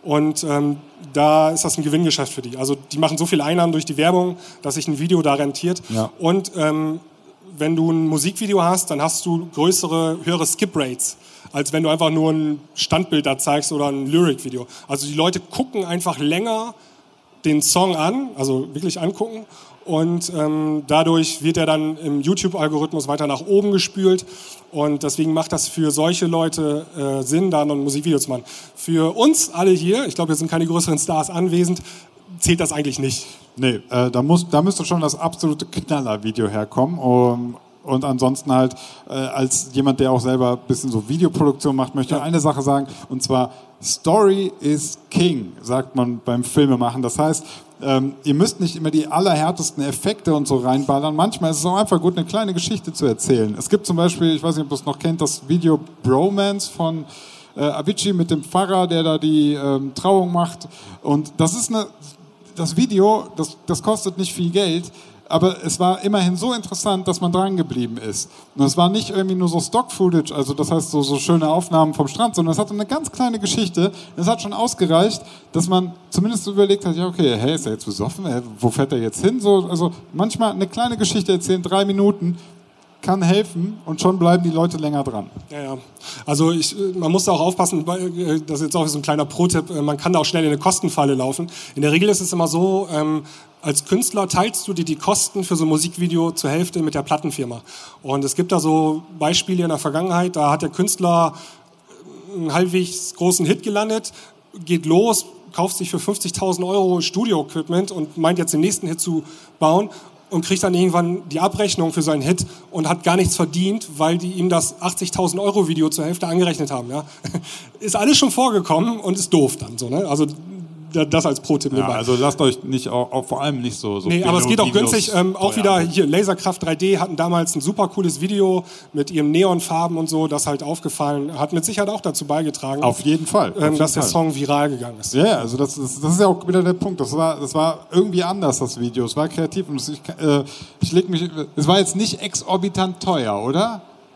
Und ähm, da ist das ein Gewinngeschäft für die. Also die machen so viel Einnahmen durch die Werbung, dass sich ein Video da rentiert. Ja. Und ähm, wenn du ein Musikvideo hast, dann hast du größere, höhere Skip-Rates, als wenn du einfach nur ein Standbild da zeigst oder ein Lyric-Video. Also die Leute gucken einfach länger den Song an, also wirklich angucken. Und ähm, dadurch wird er dann im YouTube-Algorithmus weiter nach oben gespült. Und deswegen macht das für solche Leute äh, Sinn, da noch ein Musikvideo zu machen. Für uns alle hier, ich glaube, hier sind keine größeren Stars anwesend, zählt das eigentlich nicht. Nee, äh, da, muss, da müsste schon das absolute Knaller-Video herkommen. Um, und ansonsten halt, äh, als jemand, der auch selber ein bisschen so Videoproduktion macht, möchte ich Ja. eine Sache sagen. Und zwar, Story is King, sagt man beim Filmemachen. Das heißt, ähm, ihr müsst nicht immer die allerhärtesten Effekte und so reinballern. Manchmal ist es auch einfach gut, eine kleine Geschichte zu erzählen. Es gibt zum Beispiel, ich weiß nicht, ob ihr es noch kennt, das Video Bromance von äh, Avicii mit dem Pfarrer, der da die ähm, Trauung macht. Und das ist eine... Das Video, das, das kostet nicht viel Geld, aber es war immerhin so interessant, dass man dran geblieben ist. Und es war nicht irgendwie nur so Stock-Footage, also das heißt so, so schöne Aufnahmen vom Strand, sondern es hatte eine ganz kleine Geschichte. Es hat schon ausgereicht, dass man zumindest überlegt hat, ja okay, hey, ist er jetzt besoffen? Hey, wo fährt er jetzt hin? So, also manchmal eine kleine Geschichte erzählen, drei Minuten, kann helfen und schon bleiben die Leute länger dran. Ja, ja. Also ich, man muss da auch aufpassen, weil, das ist jetzt auch so ein kleiner Pro-Tipp, man kann da auch schnell in eine Kostenfalle laufen. In der Regel ist es immer so, ähm, als Künstler teilst du dir die Kosten für so ein Musikvideo zur Hälfte mit der Plattenfirma. Und es gibt da so Beispiele in der Vergangenheit, da hat der Künstler einen halbwegs großen Hit gelandet, geht los, kauft sich für fünfzigtausend Euro Studio-Equipment und meint jetzt den nächsten Hit zu bauen und kriegt dann irgendwann die Abrechnung für seinen Hit und hat gar nichts verdient, weil die ihm das achtzigtausend Euro Video zur Hälfte angerechnet haben. Ja? Ist alles schon vorgekommen und ist doof dann so. Ne? Also das als Pro-Tipp Ja, nebenbei. also lasst euch nicht auch, auch vor allem nicht so, so Nee, aber es geht auch günstig. Ähm, auch teuer. wieder hier, Laserkraft drei D hatten damals ein super cooles Video mit ihren Neonfarben und so, das halt aufgefallen. Hat mit Sicherheit auch dazu beigetragen, Auf jeden Fall. Auf ähm, jeden dass der Fall. Song viral gegangen ist. Ja, also das ist, das ist ja auch wieder der Punkt. Das war, das war irgendwie anders, das Video. Es war kreativ und ich, äh, ich leg mich. Es war jetzt nicht exorbitant teuer, oder?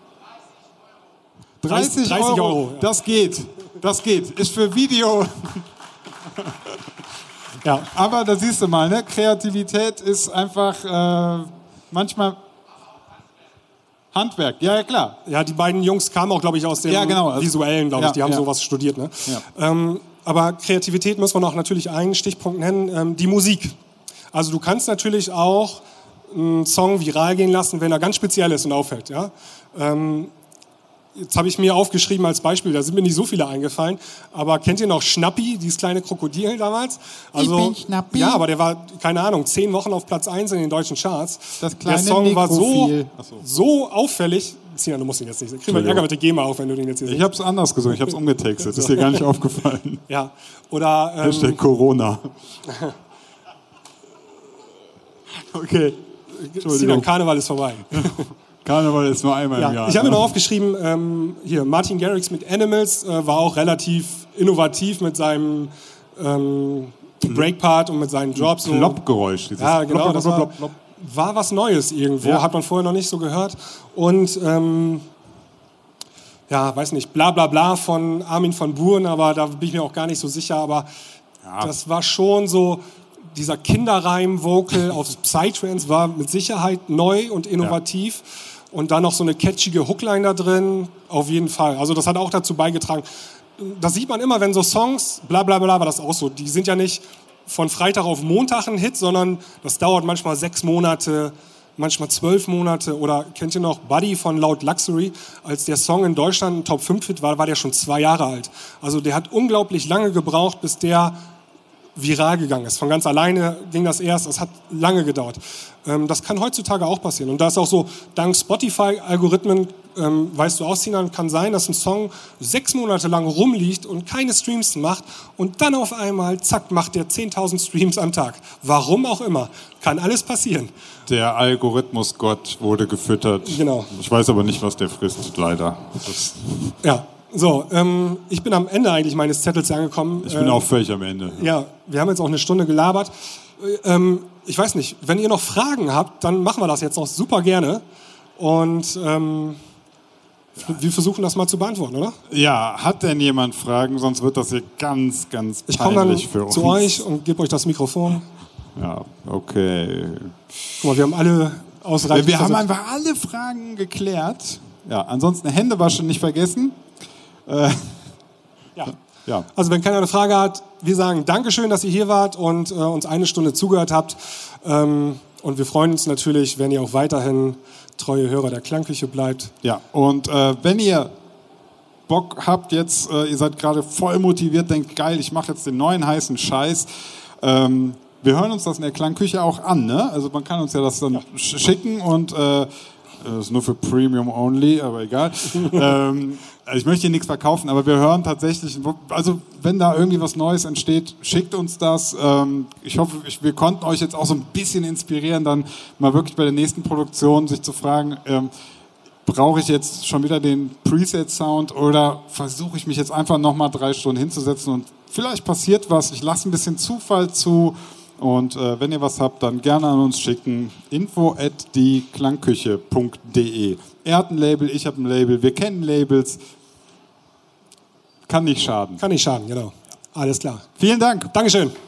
dreißig, dreißig Euro, Euro, ja. Das geht. Das geht. Ist für Video. Ja. Aber da siehst du mal, ne? Kreativität ist einfach äh, manchmal Handwerk. Ja, ja, klar. Ja, die beiden Jungs kamen auch, glaube ich, aus dem Ja, genau. Also, Visuellen, glaube ich. ja, Die haben ja. sowas studiert. Ne? Ja. Ähm, aber Kreativität muss man auch natürlich einen Stichpunkt nennen, ähm, die Musik. Also du kannst natürlich auch einen Song viral gehen lassen, wenn er ganz speziell ist und auffällt. Ja? Ähm, Jetzt habe ich mir aufgeschrieben als Beispiel, da sind mir nicht so viele eingefallen, aber kennt ihr noch Schnappi, dieses kleine Krokodil damals? Also, Ich bin Schnappi. Ja, aber der war, keine Ahnung, zehn Wochen auf Platz eins in den deutschen Charts. Das kleine der Song war so, Nekrophil. Ach so. so auffällig. Sinan, du musst ihn jetzt nicht. Kriegen wir Ärger mit der GEMA auf, wenn du den jetzt hier Ich siehst. habe es anders gesungen. Ich habe es umgetextet. Ist dir gar nicht aufgefallen. Ja, oder... Ähm, Hashtag Corona. Okay. Sinan, Karneval ist vorbei. Karneval ist nur einmal Ja, im Jahr. ich habe mir ne? noch aufgeschrieben, ähm, hier, Martin Garrix mit Animals äh, war auch relativ innovativ mit seinem ähm, Breakpart und mit seinen Drops. So. Plopp-Geräusch. dieses Ja, genau, Plopp, das Plopp, war, Plopp, Plopp. war was Neues irgendwo, Ja. hat man vorher noch nicht so gehört. Und, ähm, ja, weiß nicht, bla bla bla von Armin van Buuren, aber da bin ich mir auch gar nicht so sicher, aber Ja. das war schon so, dieser Kinderreim-Vocal auf Psytrance war mit Sicherheit neu und innovativ. Und dann noch so eine catchige Hookline da drin, auf jeden Fall. Also das hat auch dazu beigetragen. Das sieht man immer, wenn so Songs, bla bla bla, war das auch so. Die sind ja nicht von Freitag auf Montag ein Hit, sondern das dauert manchmal sechs Monate, manchmal zwölf Monate. Oder kennt ihr noch Buddy von Loud Luxury? Als der Song in Deutschland ein Top fünf Hit war, war der schon zwei Jahre alt. Also der hat unglaublich lange gebraucht, bis der viral gegangen ist. Von ganz alleine ging das erst, es hat lange gedauert. Ähm, das kann heutzutage auch passieren. Und da ist auch so, dank Spotify-Algorithmen, ähm, weißt du auch, Sinan, kann sein, dass ein Song sechs Monate lang rumliegt und keine Streams macht und dann auf einmal, zack, macht der zehntausend Streams am Tag. Warum auch immer. Kann alles passieren. Der Algorithmusgott wurde gefüttert. Genau. Ich weiß aber nicht, was der frisst, leider. Das ist, Ja, so, ähm, ich bin am Ende eigentlich meines Zettels angekommen. ich bin Ähm, auch völlig am Ende. Ja, wir haben jetzt auch eine Stunde gelabert. Ähm, ich weiß nicht, wenn ihr noch Fragen habt, dann machen wir das jetzt noch super gerne. Und ähm, Wir versuchen das mal zu beantworten, oder? Ja, hat denn jemand Fragen? Sonst wird das hier ganz, ganz Ich komme dann peinlich für uns. zu euch und gebe euch das Mikrofon. Ja, okay. Guck mal, wir haben alle ausreichend... Wir haben versucht. einfach alle Fragen geklärt. Ja, ansonsten Händewaschen nicht vergessen. Äh, Ja. ja. Also wenn keiner eine Frage hat, wir sagen Dankeschön, dass ihr hier wart und äh, uns eine Stunde zugehört habt. Ähm, und wir freuen uns natürlich, wenn ihr auch weiterhin treue Hörer der Klangküche bleibt. Ja, und äh, wenn ihr Bock habt jetzt, äh, ihr seid gerade voll motiviert, denkt, geil, ich mache jetzt den neuen heißen Scheiß. Ähm, wir hören uns das in der Klangküche auch an, ne? Also man kann uns ja das dann ja. sch- schicken und äh, das ist nur für Premium only, aber egal. ähm, ich möchte hier nichts verkaufen, aber wir hören tatsächlich, also wenn da irgendwie was Neues entsteht, schickt uns das. Ähm, ich hoffe, ich, wir konnten euch jetzt auch so ein bisschen inspirieren, dann mal wirklich bei der nächsten Produktion sich zu fragen, ähm, brauche ich jetzt schon wieder den Preset-Sound oder versuche ich mich jetzt einfach nochmal drei Stunden hinzusetzen und vielleicht passiert was, ich lasse ein bisschen Zufall zu. Und äh, wenn ihr was habt, dann gerne an uns schicken. info at die klangküche punkt de. Er hat ein Label, ich habe ein Label. Wir kennen Labels. Kann nicht schaden. Kann nicht schaden, genau. Alles klar. Vielen Dank. Dankeschön.